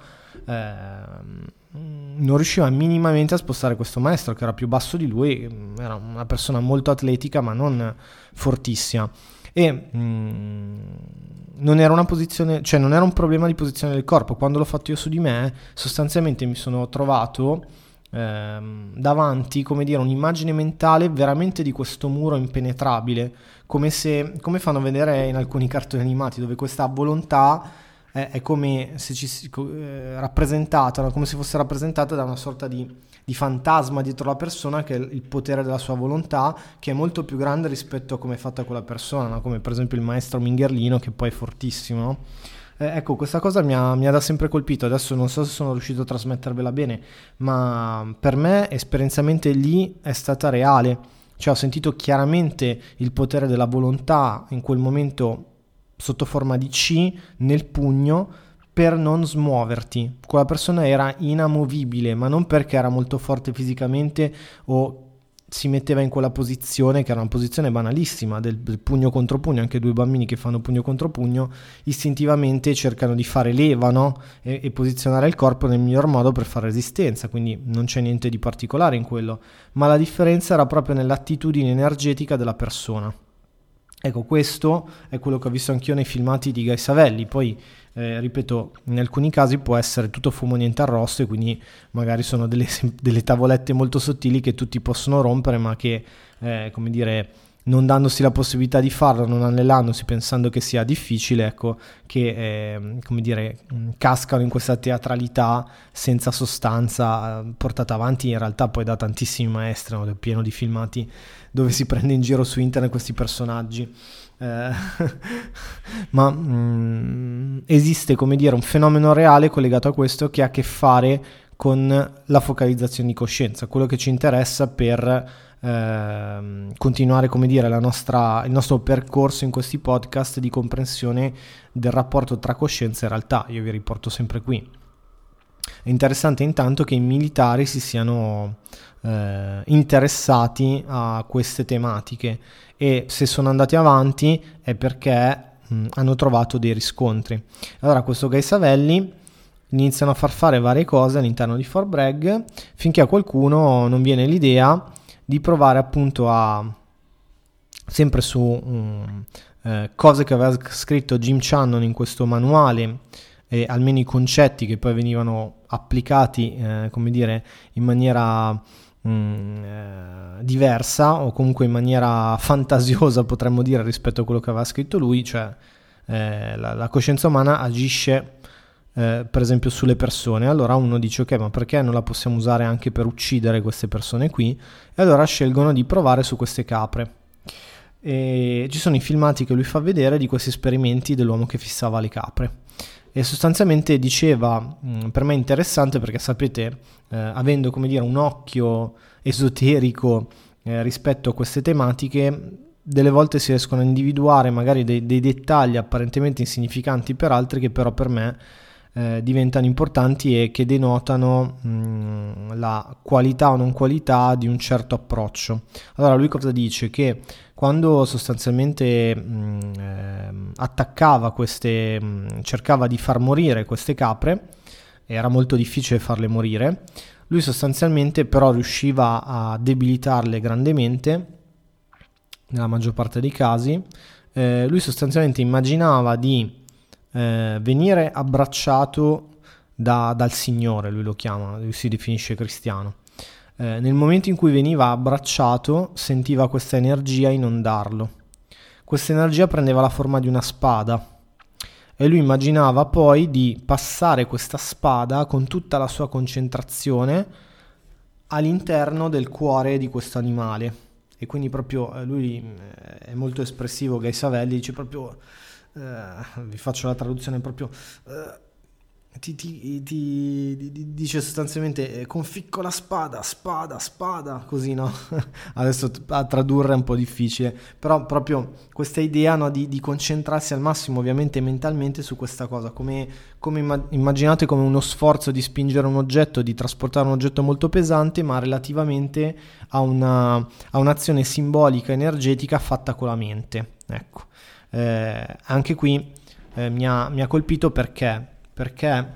eh, non riusciva minimamente a spostare questo maestro che era più basso di lui, era una persona molto atletica ma non fortissima, e mh, non era una posizione, cioè non era un problema di posizione del corpo. Quando l'ho fatto io su di me, sostanzialmente mi sono trovato ehm, davanti, come dire, un'immagine mentale veramente di questo muro impenetrabile, come se, come fanno vedere in alcuni cartoni animati, dove questa volontà è, è come se ci si eh, rappresentata, no? Come se fosse rappresentata da una sorta di, di fantasma dietro la persona, che è il potere della sua volontà, che è molto più grande rispetto a come è fatta quella persona, no? Come per esempio il maestro Mingherlino, che poi è fortissimo, no? Eh, ecco, questa cosa mi ha, mi ha da sempre colpito. Adesso non so se sono riuscito a trasmettervela bene, ma per me esperienzialmente lì è stata reale, cioè ho sentito chiaramente il potere della volontà in quel momento sotto forma di chi nel pugno, per non smuoverti. Quella persona era inamovibile, ma non perché era molto forte fisicamente o si metteva in quella posizione, che era una posizione banalissima del, del pugno contro pugno. Anche due bambini che fanno pugno contro pugno istintivamente cercano di fare leva, no? e, e posizionare il corpo nel miglior modo per fare resistenza, quindi non c'è niente di particolare in quello, ma la differenza era proprio nell'attitudine energetica della persona. Ecco, questo è quello che ho visto anch'io nei filmati di Guy Savelli. Poi, eh, ripeto, in alcuni casi può essere tutto fumo niente arrosto, e quindi magari sono delle, delle tavolette molto sottili che tutti possono rompere, ma che, eh, come dire, non dandosi la possibilità di farlo, non allenandosi, pensando che sia difficile, ecco, che, eh, come dire, cascano in questa teatralità senza sostanza, eh, portata avanti in realtà poi da tantissimi maestri, no? È pieno di filmati dove si prende in giro su internet questi personaggi. Eh, ma mh, esiste, come dire, un fenomeno reale collegato a questo, che ha a che fare con la focalizzazione di coscienza, quello che ci interessa per eh, continuare, come dire, la nostra, il nostro percorso in questi podcast di comprensione del rapporto tra coscienza e realtà. Io vi riporto sempre qui. È interessante intanto che i militari si siano eh, interessati a queste tematiche, e se sono andati avanti è perché mh, hanno trovato dei riscontri. Allora questo Guy Savelli iniziano a far fare varie cose all'interno di Fort Bragg, finché a qualcuno non viene l'idea di provare appunto a, sempre su um, eh, cose che aveva scritto Jim Channon in questo manuale, e almeno i concetti che poi venivano applicati, eh, come dire, in maniera mh, eh, diversa, o comunque in maniera fantasiosa, potremmo dire, rispetto a quello che aveva scritto lui. Cioè eh, la, la coscienza umana agisce eh, per esempio sulle persone. Allora uno dice: ok, ma perché non la possiamo usare anche per uccidere queste persone qui? E allora scelgono di provare su queste capre. E ci sono i filmati che lui fa vedere di questi esperimenti dell'uomo che fissava le capre. e sostanzialmente diceva, mh, per me è interessante perché sapete, eh, avendo come dire un occhio esoterico eh, rispetto a queste tematiche, delle volte si riescono a individuare magari dei, dei dettagli apparentemente insignificanti per altri che però per me eh, diventano importanti e che denotano mh, la qualità o non qualità di un certo approccio. Allora lui cosa dice? Che quando sostanzialmente mh, eh, attaccava queste, mh, cercava di far morire queste capre, era molto difficile farle morire, lui sostanzialmente però riusciva a debilitarle grandemente, nella maggior parte dei casi. Eh, lui sostanzialmente immaginava di eh, venire abbracciato da, dal Signore, lui lo chiama, lui si definisce cristiano. Eh, nel momento in cui veniva abbracciato sentiva questa energia inondarlo. Questa energia prendeva la forma di una spada e lui immaginava poi di passare questa spada con tutta la sua concentrazione all'interno del cuore di questo animale. E quindi proprio eh, lui eh, è molto espressivo, Gai Savelli, dice proprio, eh, vi faccio la traduzione proprio, eh, ti, ti, ti, ti dice sostanzialmente eh, conficco la spada, spada, spada, così no? Adesso a tradurre è un po' difficile, però proprio questa idea, no, di, di concentrarsi al massimo ovviamente mentalmente su questa cosa, come, come immaginate come uno sforzo di spingere un oggetto, di trasportare un oggetto molto pesante, ma relativamente a, una, a un'azione simbolica energetica fatta con la mente. Ecco, eh, anche qui eh, mi, ha, mi ha colpito perché perché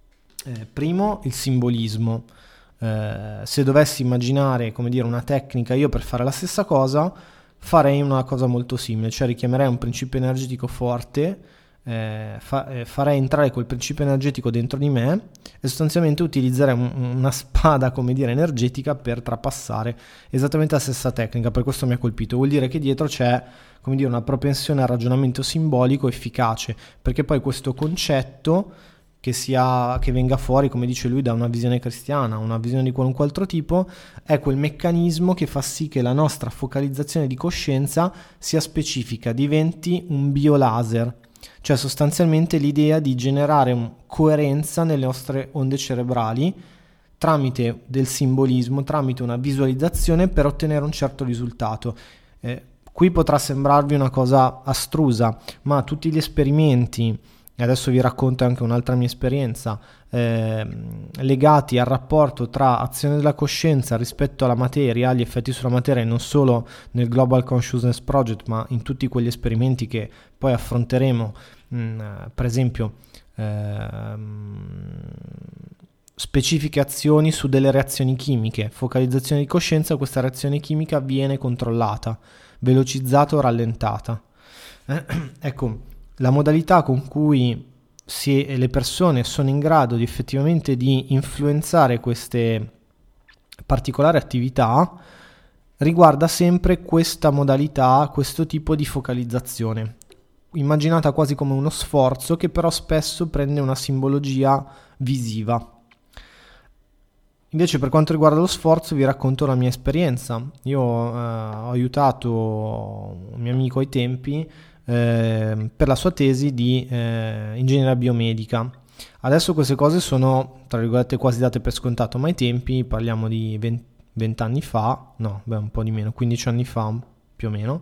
eh, primo il simbolismo, eh, se dovessi immaginare come dire una tecnica io per fare la stessa cosa farei una cosa molto simile, cioè richiamerei un principio energetico forte, eh, fa, eh, farei entrare quel principio energetico dentro di me e sostanzialmente utilizzerei un, una spada come dire energetica per trapassare esattamente la stessa tecnica. Per questo mi ha colpito, vuol dire che dietro c'è come dire una propensione al ragionamento simbolico efficace, perché poi questo concetto che sia che venga fuori, come dice lui, da una visione cristiana, una visione di qualunque altro tipo, è quel meccanismo che fa sì che la nostra focalizzazione di coscienza sia specifica, diventi un biolaser, cioè sostanzialmente l'idea di generare un coerenza nelle nostre onde cerebrali tramite del simbolismo, tramite una visualizzazione per ottenere un certo risultato. Eh, qui potrà sembrarvi una cosa astrusa, ma tutti gli esperimenti, e adesso vi racconto anche un'altra mia esperienza, eh, legati al rapporto tra azione della coscienza rispetto alla materia, gli effetti sulla materia, non solo nel Global Consciousness Project, ma in tutti quegli esperimenti che poi affronteremo, mh, per esempio ehm, specifiche azioni su delle reazioni chimiche, focalizzazione di coscienza, questa reazione chimica viene controllata, velocizzata o rallentata. Eh, ecco, la modalità con cui si, le persone sono in grado di effettivamente di influenzare queste particolari attività riguarda sempre questa modalità, questo tipo di focalizzazione, immaginata quasi come uno sforzo che però spesso prende una simbologia visiva. Invece per quanto riguarda lo sforzo vi racconto la mia esperienza. Io eh, ho aiutato un mio amico ai tempi Eh, per la sua tesi di eh, ingegneria biomedica. Adesso queste cose sono tra virgolette quasi date per scontato, ma ai tempi parliamo di venti anni fa, no, beh un po' di meno, quindici anni fa più o meno,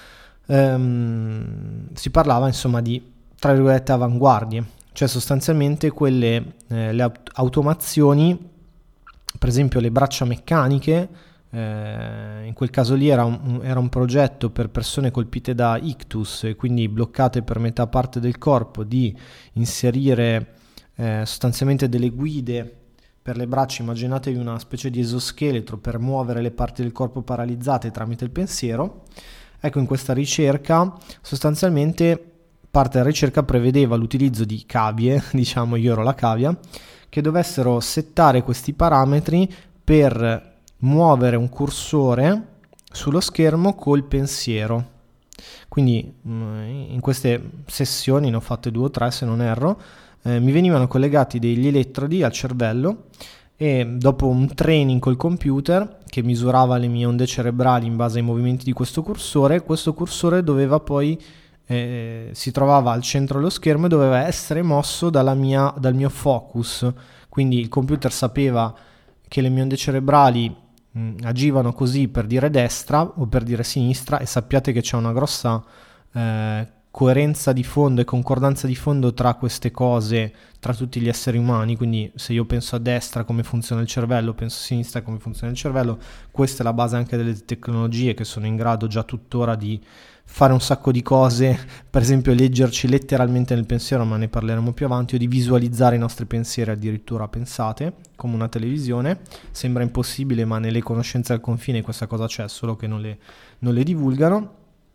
ehm, si parlava insomma di tra virgolette avanguardie, cioè sostanzialmente quelle eh, le aut- automazioni, per esempio le braccia meccaniche. Eh, in quel caso lì era un, era un progetto per persone colpite da ictus e quindi bloccate per metà parte del corpo, di inserire eh, sostanzialmente delle guide per le braccia. Immaginatevi una specie di esoscheletro per muovere le parti del corpo paralizzate tramite il pensiero. Ecco, in questa ricerca sostanzialmente parte della ricerca prevedeva l'utilizzo di cavie, diciamo io ero la cavia, che dovessero settare questi parametri per muovere un cursore sullo schermo col pensiero. Quindi in queste sessioni, ne ho fatte due o tre se non erro, eh, mi venivano collegati degli elettrodi al cervello e dopo un training col computer che misurava le mie onde cerebrali in base ai movimenti di questo cursore, questo cursore doveva poi eh, si trovava al centro dello schermo e doveva essere mosso dalla mia, dal mio focus. Quindi il computer sapeva che le mie onde cerebrali mh, agivano così per dire destra o per dire sinistra, e sappiate che c'è una grossa eh, coerenza di fondo e concordanza di fondo tra queste cose, tra tutti gli esseri umani. Quindi se io penso a destra come funziona il cervello, penso a sinistra come funziona il cervello. Questa è la base anche delle tecnologie che sono in grado già tuttora di fare un sacco di cose, per esempio leggerci letteralmente nel pensiero, ma ne parleremo più avanti, o di visualizzare i nostri pensieri addirittura, pensate, come una televisione. Sembra impossibile, ma nelle conoscenze al confine questa cosa c'è, solo che non le, non le divulgano.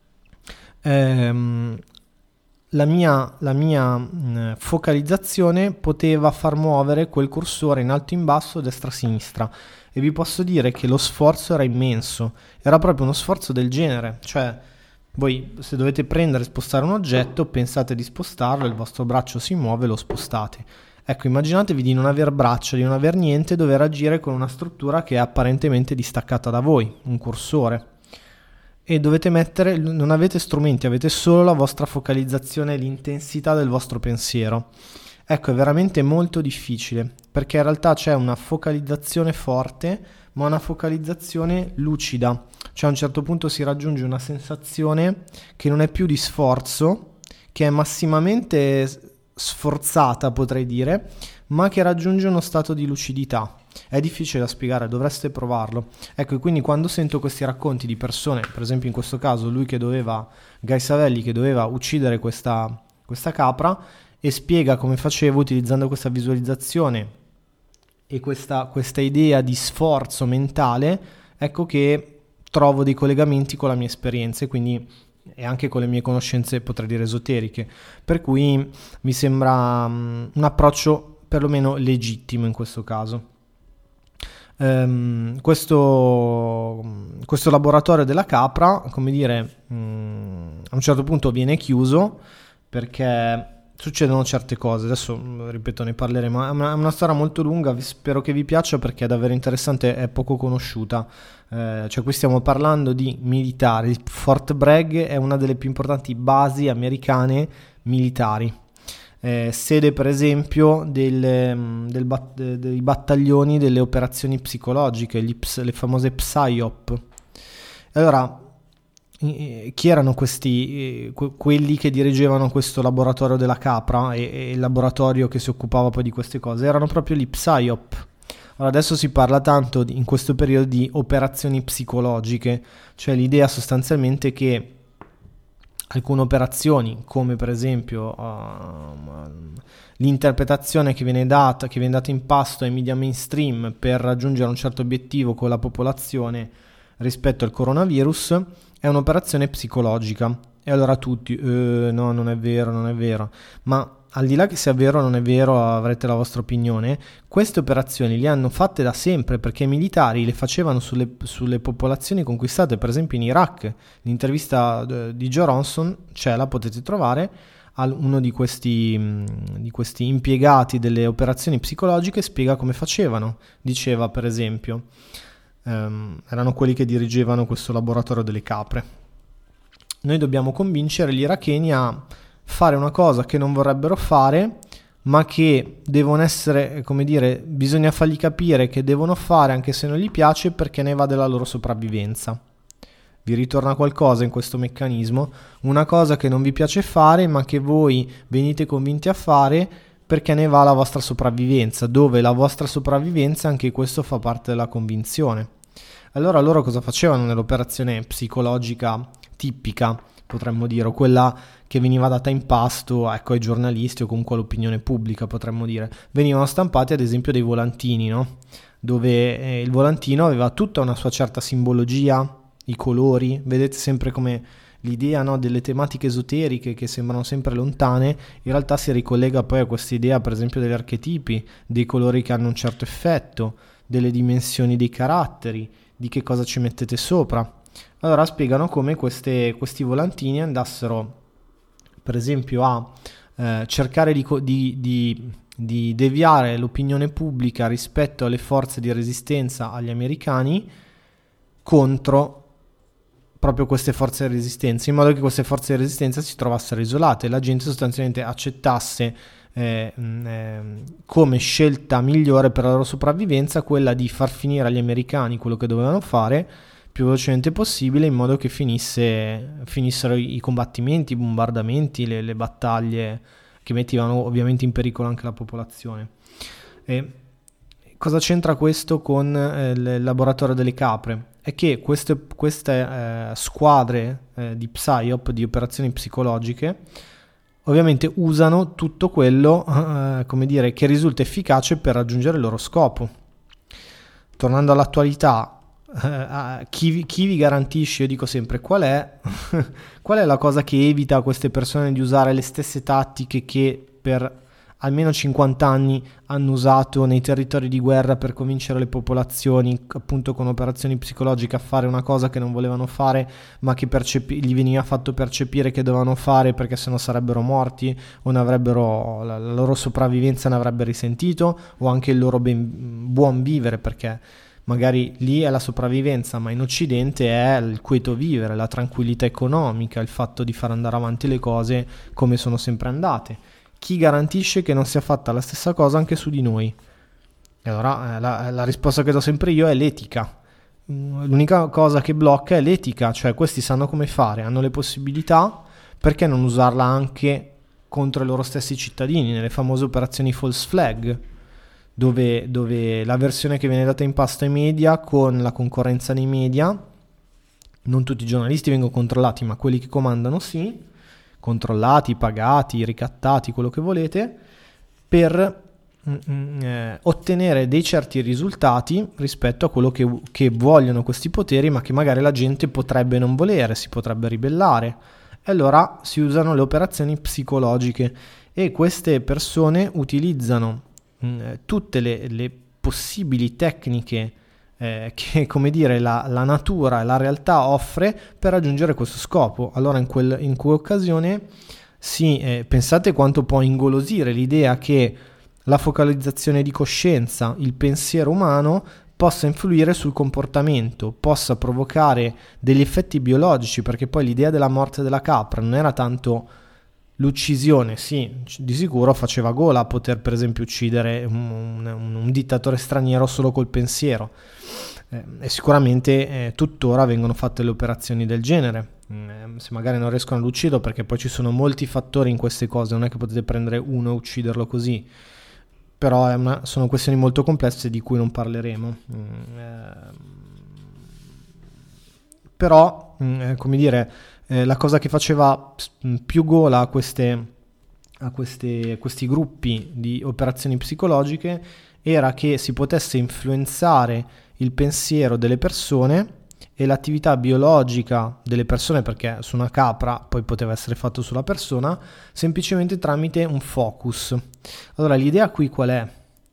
Ehm, la mia, la mia mh, focalizzazione poteva far muovere quel cursore in alto in basso, destra-sinistra, e vi posso dire che lo sforzo era immenso, era proprio uno sforzo del genere, cioè voi se dovete prendere e spostare un oggetto, pensate di spostarlo, il vostro braccio si muove, lo spostate. Ecco, immaginatevi di non aver braccia, di non aver niente, dover agire con una struttura che è apparentemente distaccata da voi, un cursore. E dovete mettere, non avete strumenti, avete solo la vostra focalizzazione e l'intensità del vostro pensiero. Ecco, è veramente molto difficile, perché in realtà c'è una focalizzazione forte, ma una focalizzazione lucida. Cioè a un certo punto si raggiunge una sensazione che non è più di sforzo, che è massimamente sforzata, potrei dire, ma che raggiunge uno stato di lucidità. È difficile da spiegare, dovreste provarlo. Ecco, e quindi quando sento questi racconti di persone, per esempio in questo caso lui che doveva, Guy Savelli, che doveva uccidere questa, questa capra, e spiega come facevo utilizzando questa visualizzazione e questa, questa idea di sforzo mentale, ecco che trovo dei collegamenti con la mia esperienza e quindi e anche con le mie conoscenze, potrei dire, esoteriche, per cui mi sembra um, un approccio perlomeno legittimo in questo caso. Um, questo, questo laboratorio della capra, come dire, um, a un certo punto viene chiuso perché succedono certe cose. Adesso, ripeto, ne parleremo. È una, è una storia molto lunga, spero che vi piaccia perché è davvero interessante, è poco conosciuta. Eh, cioè qui stiamo parlando di militari. Fort Bragg è una delle più importanti basi americane militari. Eh, sede per esempio del, del bat, dei battaglioni delle operazioni psicologiche, gli ps, le famose PSYOP. Allora, chi erano questi, quelli che dirigevano questo laboratorio della capra e, e il laboratorio che si occupava poi di queste cose? Erano proprio gli PSYOP. Allora, adesso si parla tanto di, in questo periodo di operazioni psicologiche, cioè l'idea sostanzialmente che alcune operazioni, come per esempio uh, l'interpretazione che viene data, che viene data in pasto ai media mainstream per raggiungere un certo obiettivo con la popolazione rispetto al coronavirus, è un'operazione psicologica. E allora tutti, eh, no, non è vero, non è vero. Ma al di là che sia vero o non è vero, avrete la vostra opinione, queste operazioni le hanno fatte da sempre perché i militari le facevano sulle, sulle popolazioni conquistate, per esempio in Iraq. L'intervista di Joe Ronson c'è, la potete trovare, a uno di questi, di questi impiegati delle operazioni psicologiche spiega come facevano. Diceva, per esempio, Um, erano quelli che dirigevano questo laboratorio delle capre: noi dobbiamo convincere gli iracheni a fare una cosa che non vorrebbero fare, ma che devono essere, come dire, bisogna fargli capire che devono fare anche se non gli piace, perché ne va della loro sopravvivenza. Vi ritorna qualcosa in questo meccanismo? Una cosa che non vi piace fare, ma che voi venite convinti a fare perché ne va la vostra sopravvivenza, dove la vostra sopravvivenza, anche questo fa parte della convinzione. Allora loro cosa facevano nell'operazione psicologica tipica, potremmo dire, o quella che veniva data in pasto, ecco, ai giornalisti o comunque all'opinione pubblica, potremmo dire? Venivano stampati ad esempio dei volantini, no? Dove eh, il volantino aveva tutta una sua certa simbologia, i colori, vedete sempre come l'idea, no, delle tematiche esoteriche che sembrano sempre lontane, in realtà si ricollega poi a questa idea, per esempio, degli archetipi, dei colori che hanno un certo effetto, delle dimensioni dei caratteri, di che cosa ci mettete sopra. Allora spiegano come queste, questi volantini andassero, per esempio, a eh, cercare di, di, di, di deviare l'opinione pubblica rispetto alle forze di resistenza agli americani contro proprio queste forze di resistenza, in modo che queste forze di resistenza si trovassero isolate e la gente sostanzialmente accettasse eh, eh, come scelta migliore per la loro sopravvivenza quella di far finire agli americani quello che dovevano fare più velocemente possibile, in modo che finisse, finissero i combattimenti, i bombardamenti, le, le battaglie che mettevano ovviamente in pericolo anche la popolazione. E cosa c'entra questo con eh, il laboratorio delle capre? È che queste, queste eh, squadre eh, di psyop, di operazioni psicologiche, ovviamente usano tutto quello eh, come dire, che risulta efficace per raggiungere il loro scopo. Tornando all'attualità, eh, chi, chi vi garantisce, io dico sempre, qual è, qual è la cosa che evita a queste persone di usare le stesse tattiche che per almeno cinquanta anni hanno usato nei territori di guerra per convincere le popolazioni, appunto con operazioni psicologiche, a fare una cosa che non volevano fare, ma che percepi- gli veniva fatto percepire che dovevano fare perché sennò sarebbero morti o ne avrebbero, la, la loro sopravvivenza ne avrebbe risentito, o anche il loro ben, buon vivere, perché magari lì è la sopravvivenza, ma in Occidente è il quieto vivere, la tranquillità economica, il fatto di far andare avanti le cose come sono sempre andate. Chi garantisce che non sia fatta la stessa cosa anche su di noi? E allora la, la risposta che do sempre io è l'etica. L'unica cosa che blocca è l'etica, cioè questi sanno come fare, hanno le possibilità, perché non usarla anche contro i loro stessi cittadini, nelle famose operazioni false flag, dove, dove la versione che viene data in pasto ai media, con la concorrenza nei media, non tutti i giornalisti vengono controllati, ma quelli che comandano sì, controllati, pagati, ricattati, quello che volete, per mm, eh, ottenere dei certi risultati rispetto a quello che, che vogliono questi poteri, ma che magari la gente potrebbe non volere, si potrebbe ribellare. E allora si usano le operazioni psicologiche e queste persone utilizzano mm, tutte le, le possibili tecniche Eh, che, come dire, la, la natura e la realtà offre per raggiungere questo scopo. Allora in, quel, in quell'occasione sì, eh, pensate quanto può ingolosire l'idea che la focalizzazione di coscienza, il pensiero umano possa influire sul comportamento, possa provocare degli effetti biologici, perché poi l'idea della morte della capra non era tanto l'uccisione, sì, di sicuro faceva gola poter per esempio uccidere un, un, un dittatore straniero solo col pensiero, eh, e sicuramente eh, tuttora vengono fatte le operazioni del genere. Eh, se magari non riescono ad ucciderlo, perché poi ci sono molti fattori in queste cose, non è che potete prendere uno e ucciderlo così, però è una, sono questioni molto complesse di cui non parleremo. Mm, eh, però mm, come dire, Eh, la cosa che faceva più gola a, queste, a queste, questi gruppi di operazioni psicologiche era che si potesse influenzare il pensiero delle persone e l'attività biologica delle persone, perché su una capra poi poteva essere fatto sulla persona, semplicemente tramite un focus. Allora l'idea qui qual è?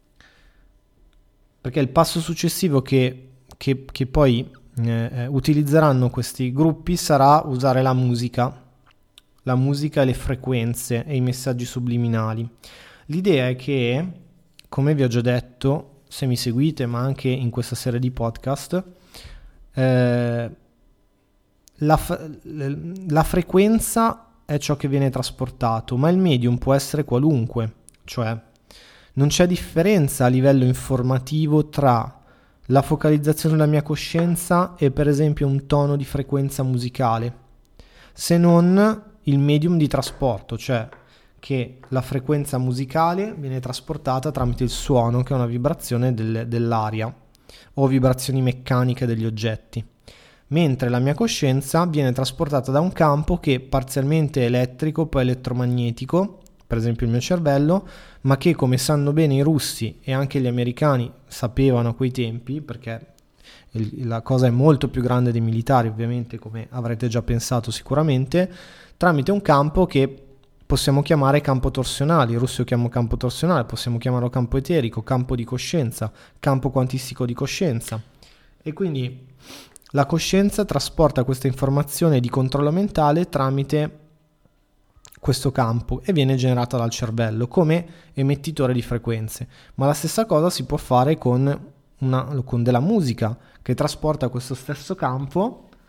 Perché il passo successivo che, che, che poi Eh, utilizzeranno questi gruppi sarà usare la musica, la musica e le frequenze e i messaggi subliminali. L'idea è che, come vi ho già detto, se mi seguite, ma anche in questa serie di podcast, eh, la, la frequenza è ciò che viene trasportato, ma il medium può essere qualunque, cioè non c'è differenza a livello informativo tra la focalizzazione della mia coscienza e per esempio un tono di frequenza musicale, se non il medium di trasporto, cioè che la frequenza musicale viene trasportata tramite il suono, che è una vibrazione del, dell'aria o vibrazioni meccaniche degli oggetti, mentre la mia coscienza viene trasportata da un campo che è parzialmente elettrico, poi elettromagnetico, per esempio il mio cervello, ma che, come sanno bene i russi e anche gli americani sapevano a quei tempi, perché il, la cosa è molto più grande dei militari ovviamente, come avrete già pensato sicuramente, tramite un campo che possiamo chiamare campo torsionale. I russi lo chiamano campo torsionale, possiamo chiamarlo campo eterico, campo di coscienza, campo quantistico di coscienza. E quindi la coscienza trasporta questa informazione di controllo mentale tramite questo campo e viene generata dal cervello come emettitore di frequenze. Ma la stessa cosa si può fare con, una, con della musica che trasporta questo stesso campo,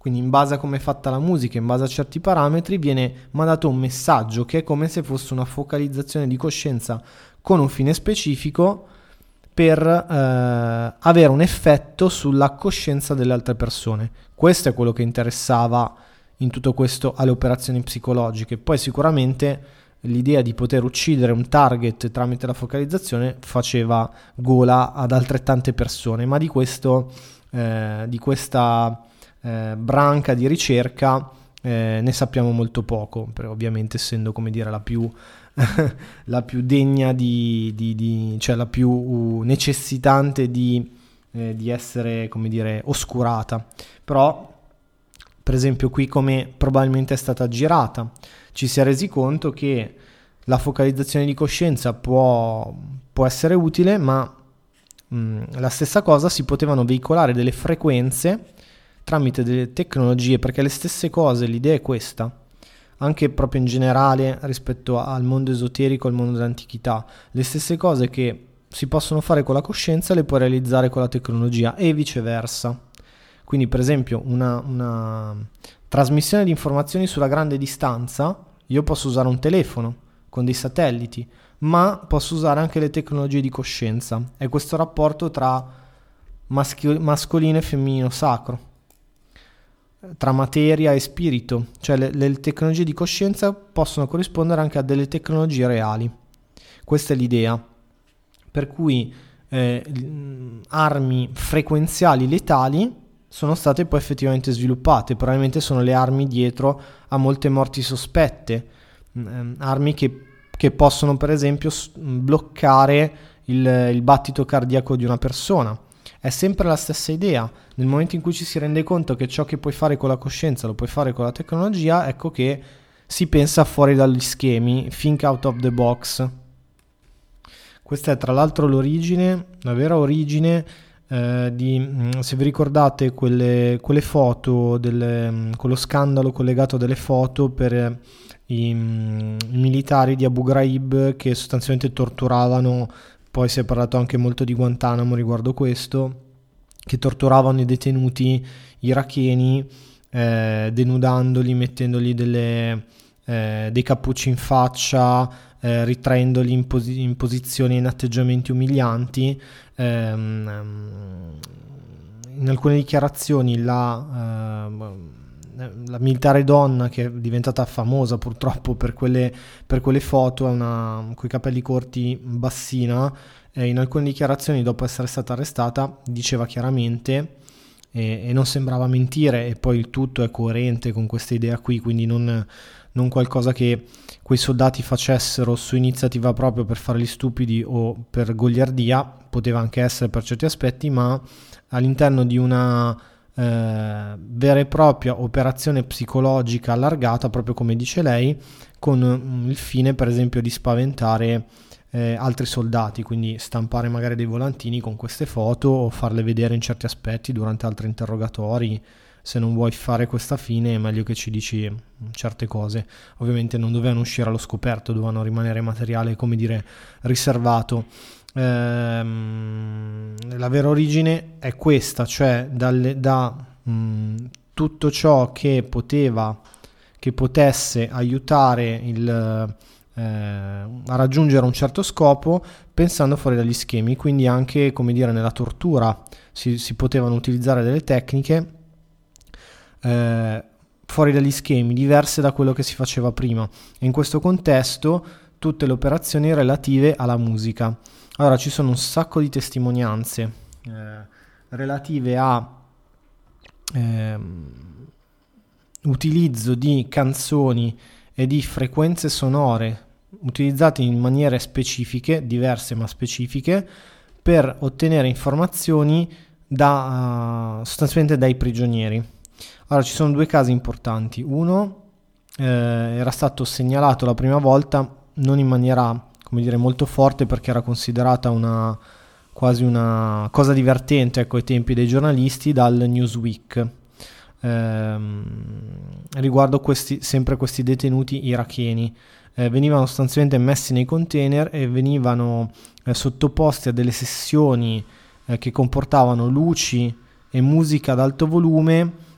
quindi in base a come è fatta la musica, in base a certi parametri, viene mandato un messaggio che è come se fosse una focalizzazione di coscienza con un fine specifico per eh, avere un effetto sulla coscienza delle altre persone. Questo è quello che interessava in tutto questo alle operazioni psicologiche. Poi sicuramente l'idea di poter uccidere un target tramite la focalizzazione faceva gola ad altrettante persone, ma di questo eh, di questa eh, branca di ricerca eh, ne sappiamo molto poco, per, ovviamente essendo, come dire, la più la più degna di, di, di cioè la più uh, necessitante di, eh, di essere, come dire, oscurata. Però per esempio qui, come probabilmente è stata girata, ci si è resi conto che la focalizzazione di coscienza può, può essere utile, ma mh, la stessa cosa si potevano veicolare delle frequenze tramite delle tecnologie, perché le stesse cose, l'idea è questa, anche proprio in generale rispetto al mondo esoterico, al mondo dell'antichità, le stesse cose che si possono fare con la coscienza le puoi realizzare con la tecnologia e viceversa. Quindi per esempio una, una trasmissione di informazioni sulla grande distanza, io posso usare un telefono con dei satelliti, ma posso usare anche le tecnologie di coscienza. È questo rapporto tra maschi- mascolino e femminile sacro, tra materia e spirito, cioè le, le tecnologie di coscienza possono corrispondere anche a delle tecnologie reali. Questa è l'idea, per cui eh, armi frequenziali letali sono state poi effettivamente sviluppate, probabilmente sono le armi dietro a molte morti sospette, ehm, armi che, che possono per esempio bloccare il, il battito cardiaco di una persona. È sempre la stessa idea. Nel momento in cui ci si rende conto che ciò che puoi fare con la coscienza lo puoi fare con la tecnologia, ecco che si pensa fuori dagli schemi, think out of the box. Questa è tra l'altro l'origine, la vera origine eh, di, se vi ricordate, quelle, quelle foto, delle, quello scandalo collegato a delle foto per i, i militari di Abu Ghraib che sostanzialmente torturavano. Poi si è parlato anche molto di Guantanamo riguardo questo, che torturavano i detenuti iracheni eh, denudandoli, mettendogli delle, eh, dei cappucci in faccia, eh, ritraendoli in, posi- in posizioni e in atteggiamenti umilianti. Ehm, in alcune dichiarazioni la... Eh, la militare donna, che è diventata famosa purtroppo per quelle, per quelle foto, con i capelli corti, bassina, eh, in alcune dichiarazioni dopo essere stata arrestata diceva chiaramente, eh, e non sembrava mentire, e poi il tutto è coerente con questa idea qui, quindi non, non qualcosa che quei soldati facessero su iniziativa proprio per fare gli stupidi o per goliardia, poteva anche essere per certi aspetti, ma all'interno di una Eh, vera e propria operazione psicologica allargata, proprio come dice lei, con mm, il fine per esempio di spaventare eh, altri soldati, quindi stampare magari dei volantini con queste foto o farle vedere in certi aspetti durante altri interrogatori. Se non vuoi fare questa fine è meglio che ci dici certe cose. Ovviamente non dovevano uscire allo scoperto, dovevano rimanere materiale, come dire, riservato. Ehm, la vera origine è questa, cioè dalle, da mh, tutto ciò che poteva, che potesse aiutare il, eh, a raggiungere un certo scopo, pensando fuori dagli schemi. Quindi anche, come dire, nella tortura si, si potevano utilizzare delle tecniche eh, fuori dagli schemi, diverse da quello che si faceva prima, e in questo contesto tutte le operazioni relative alla musica. Allora, ci sono un sacco di testimonianze eh, relative a eh, utilizzo di canzoni e di frequenze sonore utilizzate in maniere specifiche, diverse ma specifiche, per ottenere informazioni da, uh, sostanzialmente dai prigionieri. Allora, ci sono due casi importanti. Uno eh, era stato segnalato la prima volta non in maniera, come dire, molto forte, perché era considerata una quasi una cosa divertente, ecco, ai tempi dei giornalisti, dal Newsweek, ehm, riguardo questi, sempre questi detenuti iracheni. Eh, venivano sostanzialmente messi nei container e venivano eh, sottoposti a delle sessioni eh, che comportavano luci e musica ad alto volume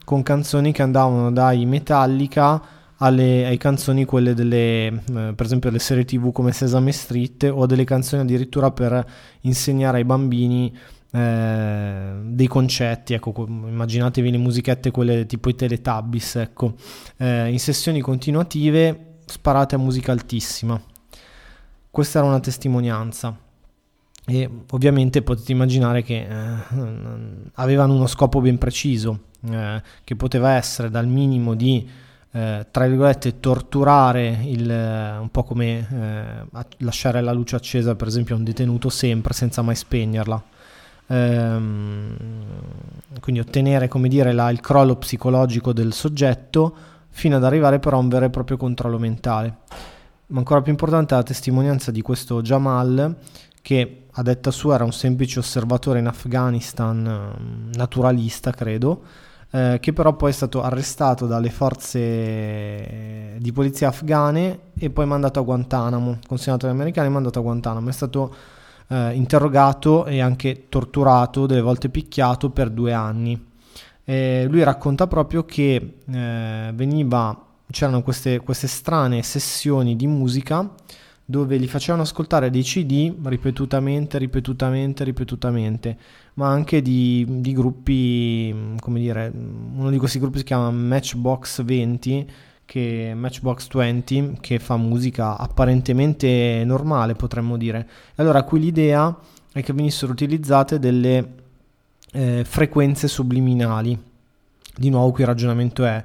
con canzoni che andavano dai Metallica alle, ai canzoni quelle delle, eh, per esempio delle serie tv come Sesame Street, o delle canzoni addirittura per insegnare ai bambini eh, dei concetti, ecco, immaginatevi le musichette quelle tipo i Teletubbies, ecco, eh, in sessioni continuative sparate a musica altissima. Questa era una testimonianza. E ovviamente potete immaginare che eh, avevano uno scopo ben preciso, eh, che poteva essere dal minimo di eh, tra virgolette torturare il, un po' come eh, lasciare la luce accesa per esempio a un detenuto sempre senza mai spegnerla, ehm, quindi ottenere, come dire, la, il crollo psicologico del soggetto fino ad arrivare però a un vero e proprio controllo mentale. Ma ancora più importante è la testimonianza di questo Jamal, che a detta sua era un semplice osservatore in Afghanistan, naturalista credo, eh, che però poi è stato arrestato dalle forze di polizia afghane e poi mandato a Guantanamo, consegnato agli americani e mandato a Guantanamo. È stato eh, interrogato e anche torturato, delle volte picchiato per due anni. E lui racconta proprio che eh, veniva, c'erano queste, queste strane sessioni di musica dove gli facevano ascoltare dei C D ripetutamente, ripetutamente, ripetutamente, ma anche di, di gruppi, come dire, uno di questi gruppi si chiama Matchbox venti, che Matchbox venti, che fa musica apparentemente normale, potremmo dire. E allora qui l'idea è che venissero utilizzate delle eh, frequenze subliminali. Di nuovo qui il ragionamento è: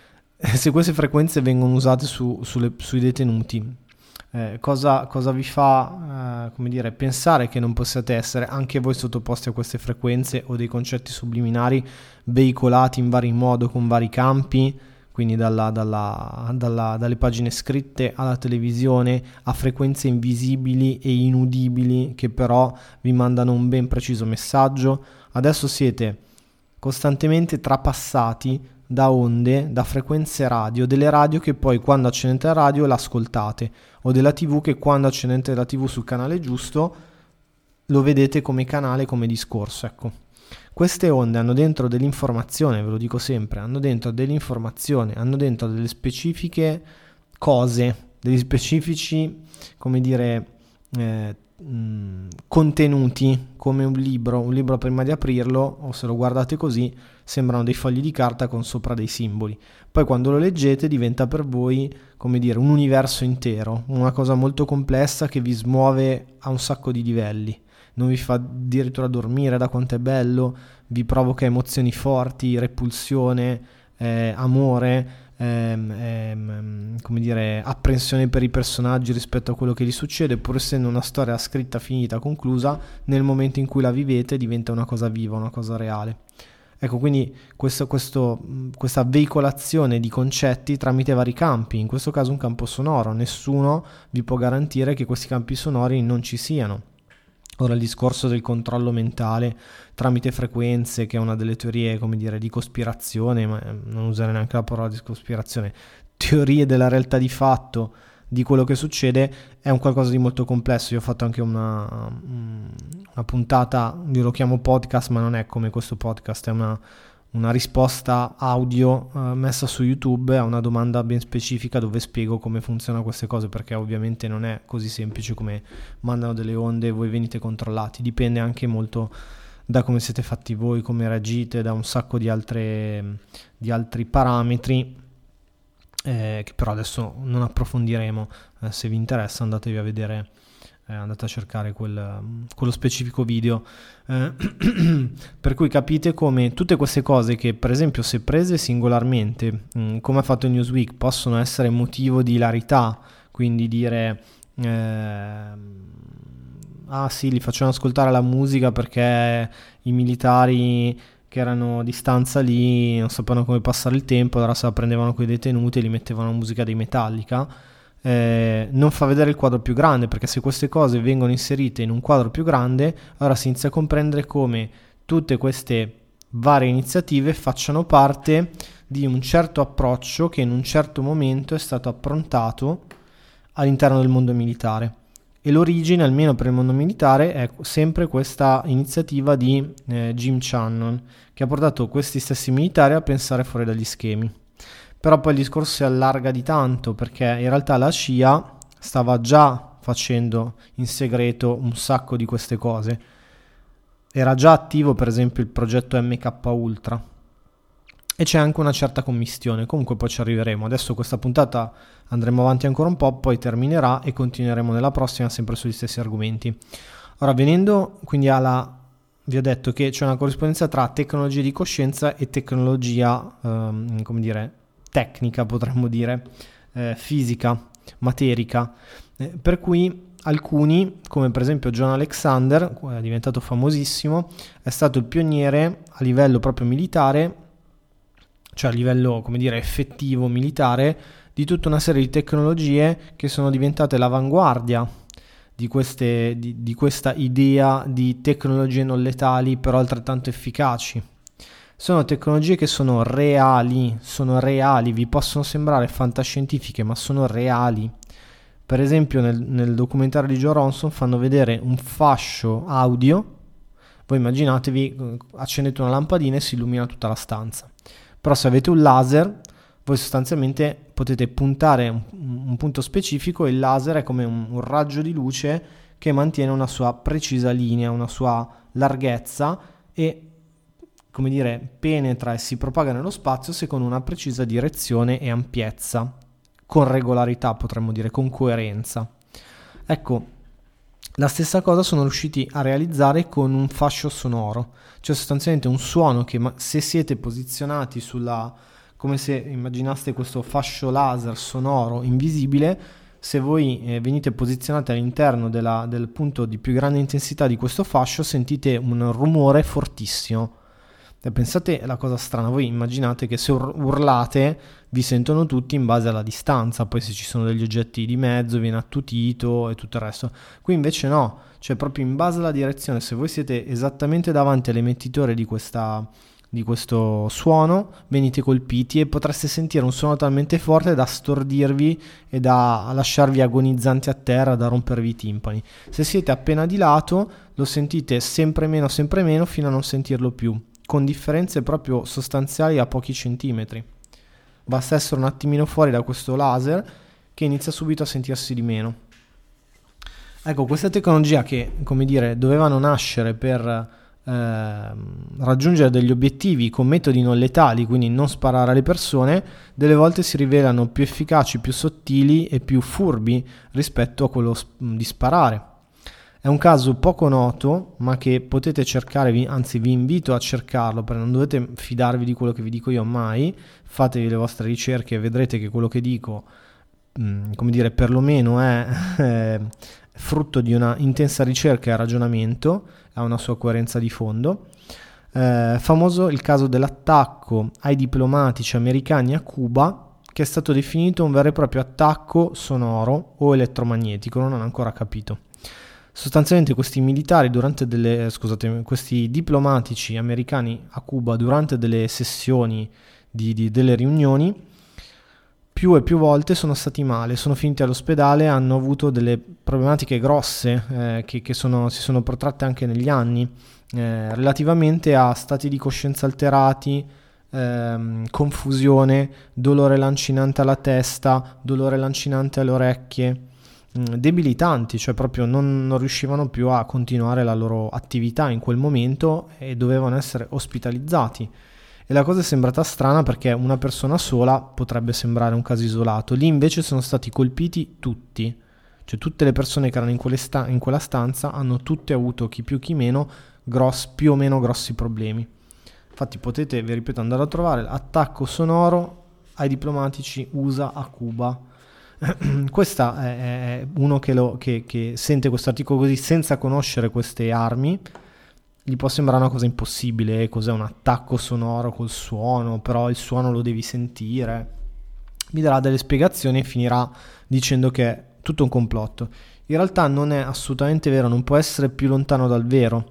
se queste frequenze vengono usate su, sulle, sui detenuti, Eh, cosa, cosa vi fa eh, come dire, pensare che non possiate essere anche voi sottoposti a queste frequenze o dei concetti subliminari veicolati in vari modi con vari campi, quindi dalla, dalla, dalla, dalle pagine scritte alla televisione a frequenze invisibili e inudibili che però vi mandano un ben preciso messaggio. Adesso siete costantemente trapassati da onde, da frequenze radio, delle radio che poi quando accendete la radio l'ascoltate, o della tv che quando accendete la tv sul canale giusto lo vedete come canale, come discorso. Ecco, queste onde hanno dentro dell'informazione, ve lo dico sempre, hanno dentro dell'informazione, hanno dentro delle specifiche cose, degli specifici, come dire, eh, mh, contenuti, come un libro. Un libro prima di aprirlo, o se lo guardate così, sembrano dei fogli di carta con sopra dei simboli. Poi quando lo leggete diventa per voi, come dire, un universo intero, una cosa molto complessa che vi smuove a un sacco di livelli. Non vi fa addirittura dormire da quanto è bello, vi provoca emozioni forti, repulsione, eh, amore, ehm, ehm, come dire, apprensione per i personaggi rispetto a quello che gli succede, pur essendo una storia scritta, finita, conclusa, nel momento in cui la vivete diventa una cosa viva, una cosa reale. Ecco, quindi questo, questo, questa veicolazione di concetti tramite vari campi, in questo caso un campo sonoro. Nessuno vi può garantire che questi campi sonori non ci siano. Ora, il discorso del controllo mentale tramite frequenze, che è una delle teorie, come dire, di cospirazione, ma non usare neanche la parola di cospirazione, teorie della realtà di fatto di quello che succede, è un qualcosa di molto complesso. Io ho fatto anche una, una puntata, io lo chiamo podcast, ma non è come questo podcast, è una, una risposta audio eh, messa su YouTube a una domanda ben specifica dove spiego come funzionano queste cose, perché ovviamente non è così semplice come mandano delle onde e voi venite controllati. Dipende anche molto da come siete fatti voi, come reagite, da un sacco di altre di altri parametri, eh, che però adesso non approfondiremo. Eh, se vi interessa andatevi a vedere, eh, andate a cercare quel, quello specifico video, eh, per cui capite come tutte queste cose, che per esempio se prese singolarmente, mh, come ha fatto il Newsweek, possono essere motivo di ilarità, quindi dire eh, ah sì, li facevano ascoltare la musica perché i militari che erano a distanza lì non sapevano come passare il tempo, allora se la prendevano coi detenuti e li mettevano musica dei Metallica. Eh, non fa vedere il quadro più grande, perché se queste cose vengono inserite in un quadro più grande, allora si inizia a comprendere come tutte queste varie iniziative facciano parte di un certo approccio che in un certo momento è stato approntato all'interno del mondo militare. E l'origine, almeno per il mondo militare, è sempre questa iniziativa di eh, Jim Channon, che ha portato questi stessi militari a pensare fuori dagli schemi. Però poi il discorso si allarga di tanto, perché in realtà la C I A stava già facendo in segreto un sacco di queste cose. Era già attivo per esempio il progetto M K Ultra e c'è anche una certa commistione. Comunque poi ci arriveremo. Adesso questa puntata andremo avanti ancora un po', poi terminerà e continueremo nella prossima sempre sugli stessi argomenti. Ora, venendo quindi alla... vi ho detto che c'è una corrispondenza tra tecnologia di coscienza e tecnologia, ehm, come dire, tecnica, potremmo dire, eh, fisica, materica, eh, per cui alcuni, come per esempio John Alexander, è diventato famosissimo, è stato il pioniere a livello proprio militare, cioè a livello, come dire, effettivo militare, di tutta una serie di tecnologie che sono diventate l'avanguardia di, queste, di, di questa idea di tecnologie non letali però altrettanto efficaci. Sono tecnologie che sono reali, sono reali, vi possono sembrare fantascientifiche ma sono reali. Per esempio nel, nel documentario di Joe Ronson fanno vedere un fascio audio, voi immaginatevi, accendete una lampadina e si illumina tutta la stanza. Però se avete un laser, voi sostanzialmente potete puntare un, un punto specifico e il laser è come un, un raggio di luce che mantiene una sua precisa linea, una sua larghezza e, come dire, penetra e si propaga nello spazio secondo una precisa direzione e ampiezza, con regolarità potremmo dire, con coerenza. Ecco, la stessa cosa sono riusciti a realizzare con un fascio sonoro, cioè sostanzialmente un suono che se siete posizionati sulla, come se immaginaste questo fascio laser sonoro invisibile, se voi eh, venite posizionati all'interno della, del punto di più grande intensità di questo fascio sentite un rumore fortissimo. E pensate alla cosa strana, voi immaginate che se ur- urlate vi sentono tutti in base alla distanza, poi se ci sono degli oggetti di mezzo viene attutito e tutto il resto. Qui invece no, cioè proprio in base alla direzione, se voi siete esattamente davanti all'emettitore di questa, di questo suono, venite colpiti e potreste sentire un suono talmente forte da stordirvi e da lasciarvi agonizzanti a terra, da rompervi i timpani. Se siete appena di lato lo sentite sempre meno, sempre meno, fino a non sentirlo più, con differenze proprio sostanziali a pochi centimetri. Basta essere un attimino fuori da questo laser che inizia subito a sentirsi di meno. Ecco, questa tecnologia che, come dire, dovevano nascere per eh, raggiungere degli obiettivi con metodi non letali, quindi non sparare alle persone, delle volte si rivelano più efficaci, più sottili e più furbi rispetto a quello di sparare. È un caso poco noto, ma che potete cercare, anzi vi invito a cercarlo, perché non dovete fidarvi di quello che vi dico io mai, fatevi le vostre ricerche e vedrete che quello che dico, mh, come dire, perlomeno è eh, frutto di una intensa ricerca e ragionamento, ha una sua coerenza di fondo. Eh, famoso il caso dell'attacco ai diplomatici americani a Cuba, che è stato definito un vero e proprio attacco sonoro o elettromagnetico, non ho ancora capito. Sostanzialmente questi militari durante delle, scusate, questi diplomatici americani a Cuba durante delle sessioni di, di delle riunioni più e più volte sono stati male, sono finiti all'ospedale, hanno avuto delle problematiche grosse eh, che, che sono, si sono protratte anche negli anni eh, relativamente a stati di coscienza alterati, ehm, confusione, dolore lancinante alla testa, dolore lancinante alle orecchie, debilitanti, cioè proprio non, non riuscivano più a continuare la loro attività in quel momento e dovevano essere ospitalizzati. E la cosa è sembrata strana perché una persona sola potrebbe sembrare un caso isolato, lì invece sono stati colpiti tutti, cioè tutte le persone che erano in, quelle sta- in quella stanza hanno tutte avuto, chi più chi meno, gross- più o meno grossi problemi. Infatti potete, vi ripeto, andare a trovare l'attacco sonoro ai diplomatici U S A a Cuba. Questa è uno che, lo, che, che sente questo articolo così senza conoscere queste armi, gli può sembrare una cosa impossibile. Cos'è un attacco sonoro col suono? Però il suono lo devi sentire. Vi darà delle spiegazioni e finirà dicendo che è tutto un complotto. In realtà non è assolutamente vero, non può essere più lontano dal vero.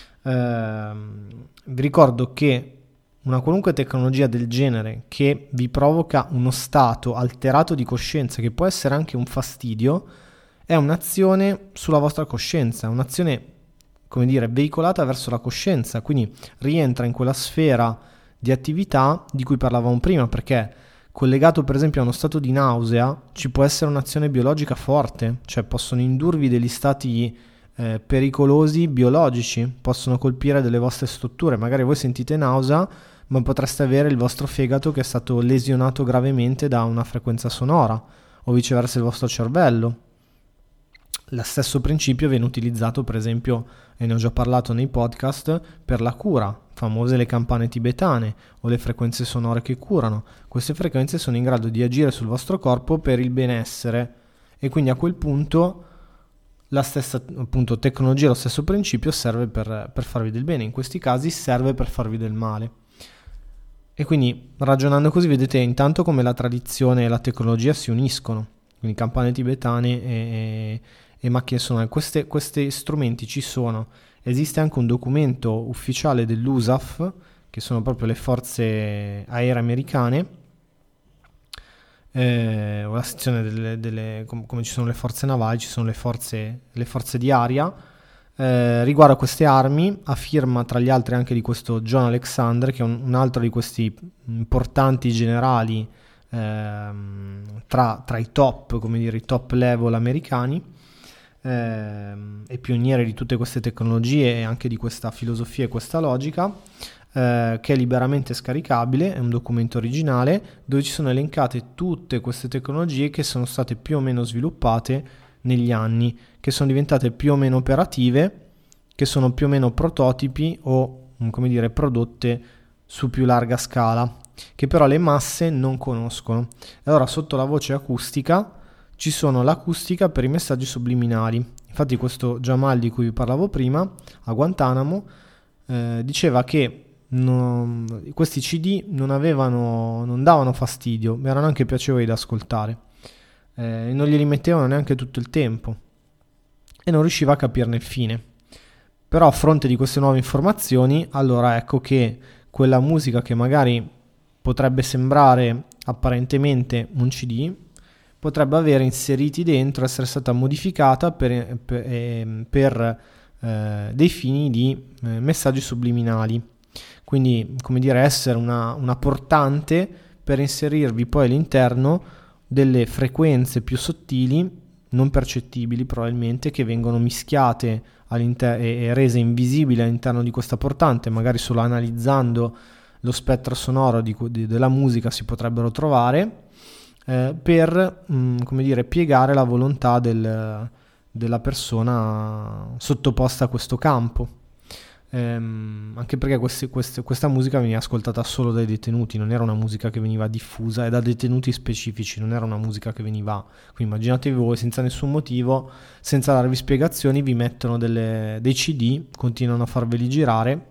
Eh, vi ricordo che una qualunque tecnologia del genere che vi provoca uno stato alterato di coscienza, che può essere anche un fastidio, è un'azione sulla vostra coscienza, un'azione, come dire, veicolata verso la coscienza, quindi rientra in quella sfera di attività di cui parlavamo prima, perché collegato per esempio a uno stato di nausea ci può essere un'azione biologica forte, cioè possono indurvi degli stati eh, pericolosi biologici, possono colpire delle vostre strutture, magari voi sentite nausea, ma potreste avere il vostro fegato che è stato lesionato gravemente da una frequenza sonora, o viceversa il vostro cervello. Lo stesso principio viene utilizzato per esempio, e ne ho già parlato nei podcast, per la cura, famose le campane tibetane o le frequenze sonore che curano. Queste frequenze sono in grado di agire sul vostro corpo per il benessere, e quindi a quel punto la stessa appunto tecnologia, lo stesso principio serve per, per farvi del bene, in questi casi serve per farvi del male. E quindi ragionando così vedete intanto come la tradizione e la tecnologia si uniscono, quindi campane tibetane e, e macchine sonore. Queste, questi strumenti ci sono. Esiste anche un documento ufficiale dell'U S A F, che sono proprio le forze aeree americane, eh, o la sezione delle, delle com- come ci sono le forze navali, ci sono le forze, le forze di aria. Eh, riguardo a queste armi, a firma tra gli altri anche di questo John Alexander, che è un, un altro di questi importanti generali ehm, tra, tra i top, come dire, i top level americani, ehm, e pioniere di tutte queste tecnologie e anche di questa filosofia e questa logica, eh, che è liberamente scaricabile, è un documento originale dove ci sono elencate tutte queste tecnologie che sono state più o meno sviluppate negli anni, che sono diventate più o meno operative, che sono più o meno prototipi o, come dire, prodotte su più larga scala, che però le masse non conoscono. Allora sotto la voce acustica ci sono l'acustica per i messaggi subliminali. Infatti questo Jamal di cui vi parlavo prima a Guantanamo eh, diceva che non, questi C D non avevano, non davano fastidio, erano anche piacevoli da ascoltare. Eh, non glieli mettevano neanche tutto il tempo e non riusciva a capirne il fine. Però a fronte di queste nuove informazioni, allora ecco che quella musica che magari potrebbe sembrare apparentemente un C D potrebbe avere inseriti dentro, essere stata modificata per, per, eh, per eh, dei fini di eh, messaggi subliminali, quindi come dire essere una, una portante per inserirvi poi all'interno delle frequenze più sottili, non percettibili probabilmente, che vengono mischiate all'inter- e rese invisibili all'interno di questa portante, magari solo analizzando lo spettro sonoro di, di, della musica si potrebbero trovare, eh, per mh, come dire, piegare la volontà del, della persona sottoposta a questo campo. Ehm, anche perché queste, queste, questa musica veniva ascoltata solo dai detenuti, non era una musica che veniva diffusa, e da detenuti specifici, non era una musica che veniva, quindi immaginatevi voi, senza nessun motivo, senza darvi spiegazioni, vi mettono delle, dei C D, continuano a farveli girare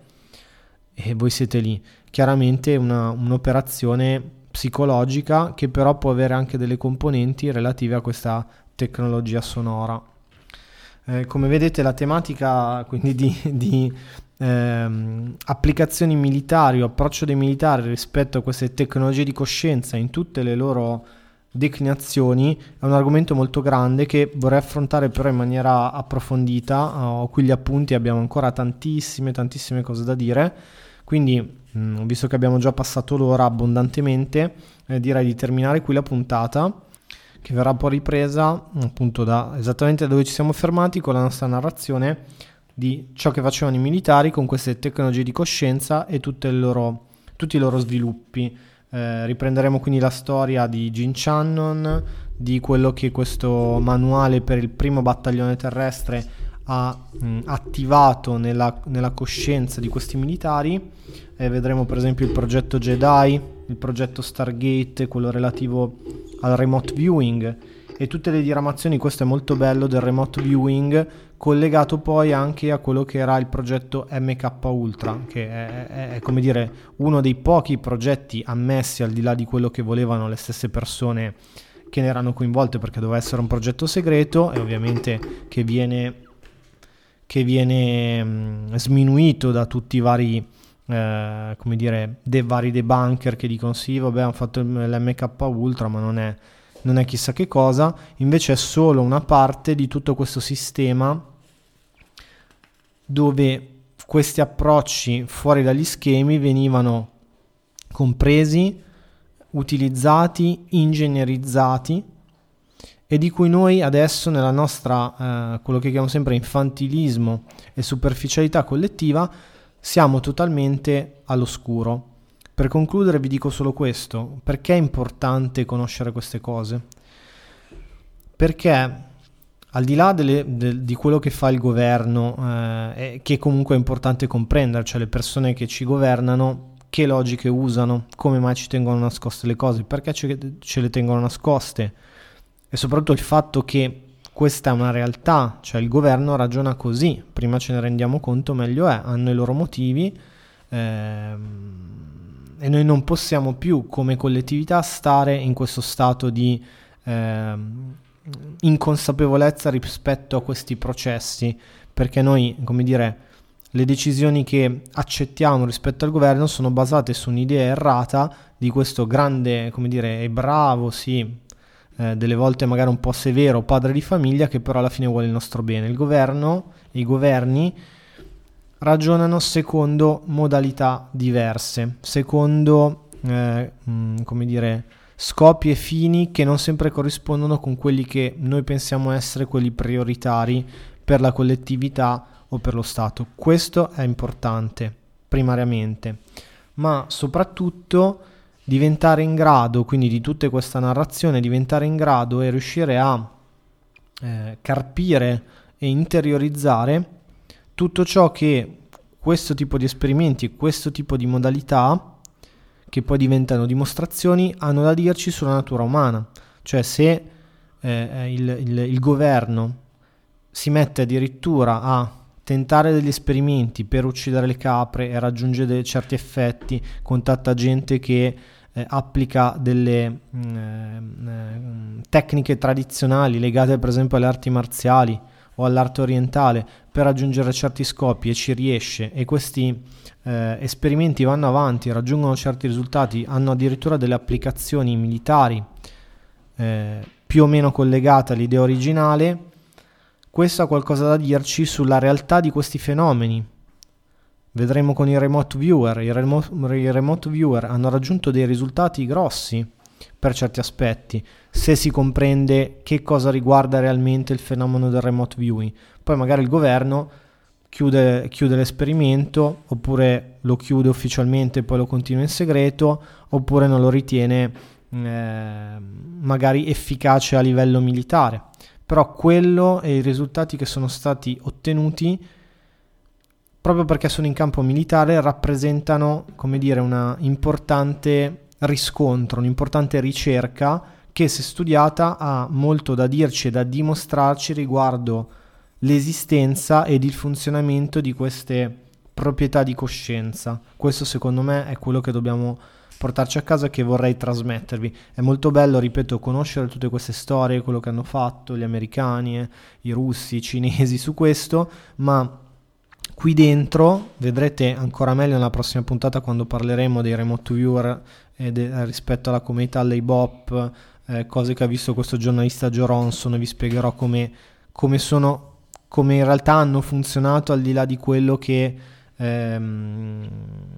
e voi siete lì. Chiaramente una, un'operazione psicologica che però può avere anche delle componenti relative a questa tecnologia sonora. Eh, come vedete la tematica quindi di, di ehm, applicazioni militari o approccio dei militari rispetto a queste tecnologie di coscienza in tutte le loro declinazioni è un argomento molto grande che vorrei affrontare però in maniera approfondita. Ho qui gli appunti, abbiamo ancora tantissime tantissime cose da dire, quindi mh, visto che abbiamo già passato l'ora abbondantemente, eh, direi di terminare qui la puntata, che verrà poi ripresa appunto da esattamente dove ci siamo fermati, con la nostra narrazione di ciò che facevano i militari con queste tecnologie di coscienza e tutte le loro, tutti i loro sviluppi. Eh, riprenderemo quindi la storia di Gene Shannon, di quello che questo manuale per il primo battaglione terrestre ha mh, attivato nella, nella coscienza di questi militari. Eh, vedremo per esempio il progetto Jedi, il progetto Stargate, quello relativo al remote viewing e tutte le diramazioni. Questo è molto bello del remote viewing, collegato poi anche a quello che era il progetto M K Ultra, che è, è, è come dire uno dei pochi progetti ammessi al di là di quello che volevano le stesse persone che ne erano coinvolte, perché doveva essere un progetto segreto e ovviamente che viene che viene mh, sminuito da tutti i vari Eh, come dire dei vari debunker che dicono sì vabbè hanno fatto l'M K Ultra ma non è non è chissà che cosa, invece è solo una parte di tutto questo sistema dove questi approcci fuori dagli schemi venivano compresi, utilizzati, ingegnerizzati, e di cui noi adesso nella nostra, eh, quello che chiamiamo sempre infantilismo e superficialità collettiva, siamo totalmente all'oscuro. Per concludere vi dico solo questo: perché è importante conoscere queste cose? Perché al di là delle, de, di quello che fa il governo, eh, che comunque è importante comprendere, cioè le persone che ci governano, che logiche usano, come mai ci tengono nascoste le cose, perché ce, ce le tengono nascoste, e soprattutto il fatto che questa è una realtà, cioè il governo ragiona così, prima ce ne rendiamo conto meglio è, hanno i loro motivi, ehm, e noi non possiamo più come collettività stare in questo stato di ehm, inconsapevolezza rispetto a questi processi, perché noi, come dire, le decisioni che accettiamo rispetto al governo sono basate su un'idea errata di questo grande, come dire, e bravo, sì, eh, delle volte magari un po' severo padre di famiglia, che però alla fine vuole il nostro bene. Il governo, i governi ragionano secondo modalità diverse, secondo eh, mh, come dire, scopi e fini che non sempre corrispondono con quelli che noi pensiamo essere quelli prioritari per la collettività o per lo Stato. Questo è importante primariamente, ma soprattutto diventare in grado, quindi di tutta questa narrazione, diventare in grado e riuscire a eh, carpire e interiorizzare tutto ciò che questo tipo di esperimenti, questo tipo di modalità, che poi diventano dimostrazioni, hanno da dirci sulla natura umana. Cioè se eh, il, il, il governo si mette addirittura a tentare degli esperimenti per uccidere le capre e raggiungere certi effetti, contatta gente che eh, applica delle mh, eh, tecniche tradizionali legate per esempio alle arti marziali o all'arte orientale per raggiungere certi scopi e ci riesce, e questi eh, esperimenti vanno avanti, raggiungono certi risultati, hanno addirittura delle applicazioni militari eh, più o meno collegate all'idea originale. Questo ha qualcosa da dirci sulla realtà di questi fenomeni. Vedremo con i remote viewer. I remote, i remote viewer hanno raggiunto dei risultati grossi per certi aspetti, se si comprende che cosa riguarda realmente il fenomeno del remote viewing. Poi magari il governo chiude, chiude l'esperimento, oppure lo chiude ufficialmente e poi lo continua in segreto, oppure non lo ritiene eh, magari efficace a livello militare. Però quello e i risultati che sono stati ottenuti, proprio perché sono in campo militare, rappresentano, come dire, una importante riscontro, un'importante ricerca che, se studiata, ha molto da dirci e da dimostrarci riguardo l'esistenza ed il funzionamento di queste proprietà di coscienza. Questo secondo me è quello che dobbiamo portarci a casa e che vorrei trasmettervi. È molto bello, ripeto, conoscere tutte queste storie, quello che hanno fatto gli americani, eh, i russi, i cinesi su questo, ma qui dentro vedrete ancora meglio nella prossima puntata, quando parleremo dei remote viewer e de- rispetto alla comunità all'I B O P, eh, cose che ha visto questo giornalista Joe Ronson, e vi spiegherò come, come sono, come in realtà hanno funzionato al di là di quello che ehm,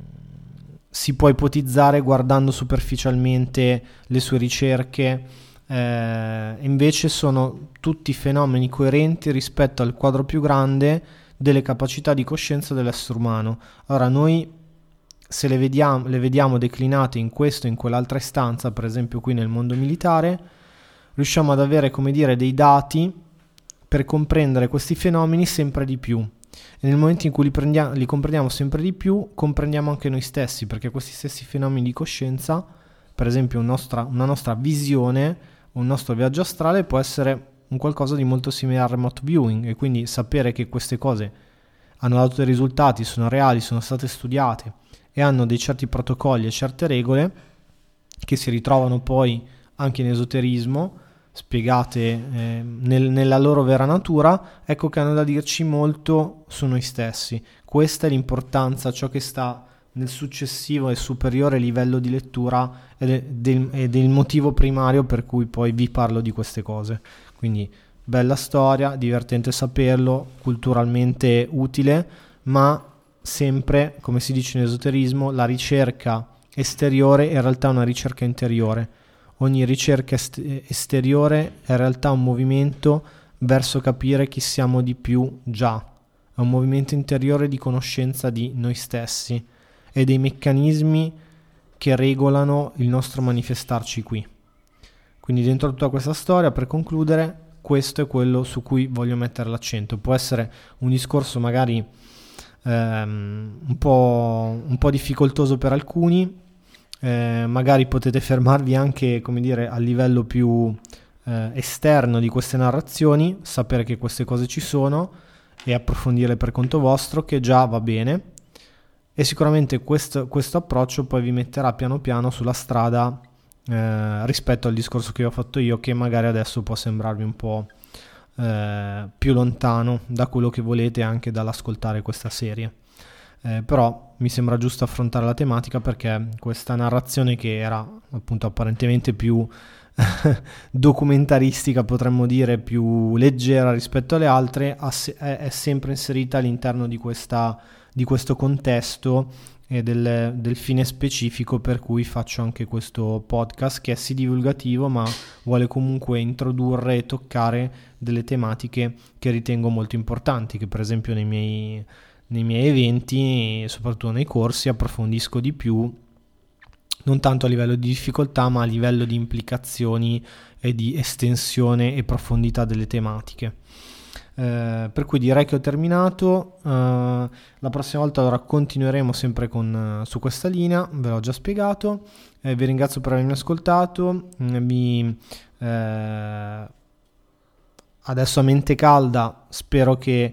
si può ipotizzare guardando superficialmente le sue ricerche. Eh, invece sono tutti fenomeni coerenti rispetto al quadro più grande delle capacità di coscienza dell'essere umano. Allora noi, se le vediamo, le vediamo declinate in questo e in quell'altra istanza, per esempio qui nel mondo militare, riusciamo ad avere, come dire, dei dati per comprendere questi fenomeni sempre di più. E nel momento in cui li, prendiamo, li comprendiamo sempre di più, comprendiamo anche noi stessi, perché questi stessi fenomeni di coscienza, per esempio un nostra, una nostra visione, un nostro viaggio astrale, può essere un qualcosa di molto simile al remote viewing, e quindi sapere che queste cose hanno dato dei risultati, sono reali, sono state studiate e hanno dei certi protocolli e certe regole che si ritrovano poi anche in esoterismo, spiegate eh, nel, nella loro vera natura, ecco che hanno da dirci molto su noi stessi. Questa è l'importanza, ciò che sta nel successivo e superiore livello di lettura ed è, del, ed è il motivo primario per cui poi vi parlo di queste cose. Quindi bella storia, divertente saperlo, culturalmente utile, ma sempre, come si dice in esoterismo, la ricerca esteriore è in realtà una ricerca interiore. Ogni ricerca est- esteriore è in realtà un movimento verso capire chi siamo di più già. È un movimento interiore di conoscenza di noi stessi e dei meccanismi che regolano il nostro manifestarci qui. Quindi dentro tutta questa storia, per concludere, questo è quello su cui voglio mettere l'accento. Può essere un discorso magari ehm, un po', un po' difficoltoso per alcuni, eh, magari potete fermarvi anche, come dire, a livello più eh, esterno di queste narrazioni, sapere che queste cose ci sono e approfondire per conto vostro, che già va bene, e sicuramente questo, questo approccio poi vi metterà piano piano sulla strada eh, rispetto al discorso che ho fatto io, che magari adesso può sembrarvi un po' eh, più lontano da quello che volete anche dall'ascoltare questa serie. Eh, però mi sembra giusto affrontare la tematica, perché questa narrazione, che era appunto apparentemente più documentaristica, potremmo dire più leggera rispetto alle altre, è, è sempre inserita all'interno di, questa, di questo contesto e del, del fine specifico per cui faccio anche questo podcast, che è sì divulgativo, ma vuole comunque introdurre e toccare delle tematiche che ritengo molto importanti, che per esempio nei miei nei miei eventi, soprattutto nei corsi, approfondisco di più, non tanto a livello di difficoltà, ma a livello di implicazioni e di estensione e profondità delle tematiche. Eh, per cui direi che ho terminato. Eh, la prossima volta allora continueremo sempre con, su questa linea, ve l'ho già spiegato. Eh, vi ringrazio per avermi ascoltato. Mi, eh, adesso a mente calda spero che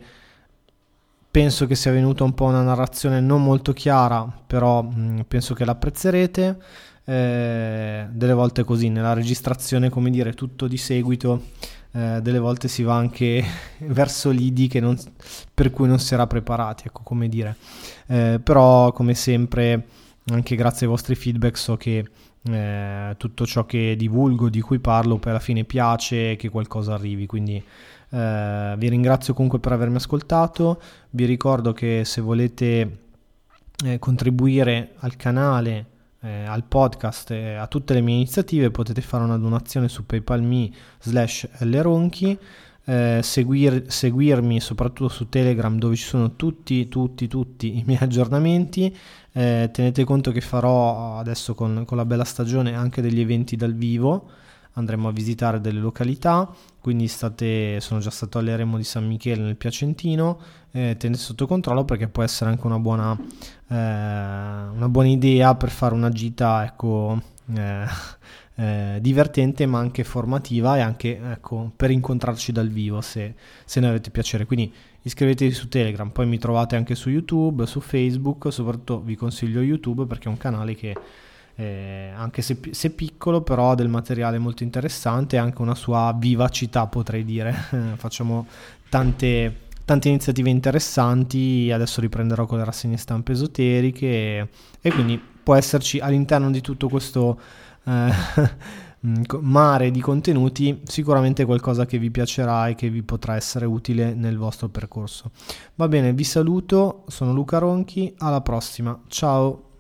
Penso che sia venuta un po' una narrazione non molto chiara, però mh, penso che l'apprezzerete. Eh, delle volte così, nella registrazione, come dire, tutto di seguito, eh, delle volte si va anche verso lidi che non, per cui non si era preparati, ecco, come dire. Eh, però, come sempre, anche grazie ai vostri feedback so che eh, tutto ciò che divulgo, di cui parlo, poi alla fine piace e che qualcosa arrivi, quindi Uh, vi ringrazio comunque per avermi ascoltato. Vi ricordo che se volete eh, contribuire al canale, eh, al podcast e eh, a tutte le mie iniziative, potete fare una donazione su PayPal.me slash lronchi, eh, seguir, seguirmi soprattutto su Telegram, dove ci sono tutti tutti tutti i miei aggiornamenti. Eh, tenete conto che farò adesso con, con la bella stagione anche degli eventi dal vivo, andremo a visitare delle località, quindi state, sono già stato all'Eremo di San Michele nel Piacentino, eh, tenete sotto controllo, perché può essere anche una buona, eh, una buona idea per fare una gita, ecco, eh, eh, divertente ma anche formativa, e anche, ecco, per incontrarci dal vivo se, se ne avete piacere. Quindi iscrivetevi su Telegram, poi mi trovate anche su YouTube, su Facebook, soprattutto vi consiglio YouTube perché è un canale che Eh, anche se, se piccolo, però ha del materiale molto interessante e anche una sua vivacità, potrei dire. Facciamo tante, tante iniziative interessanti, adesso riprenderò con le rassegne stampe esoteriche e, e quindi può esserci all'interno di tutto questo eh, mare di contenuti sicuramente qualcosa che vi piacerà e che vi potrà essere utile nel vostro percorso. Va bene, vi saluto, sono Luca Ronchi, alla prossima, ciao!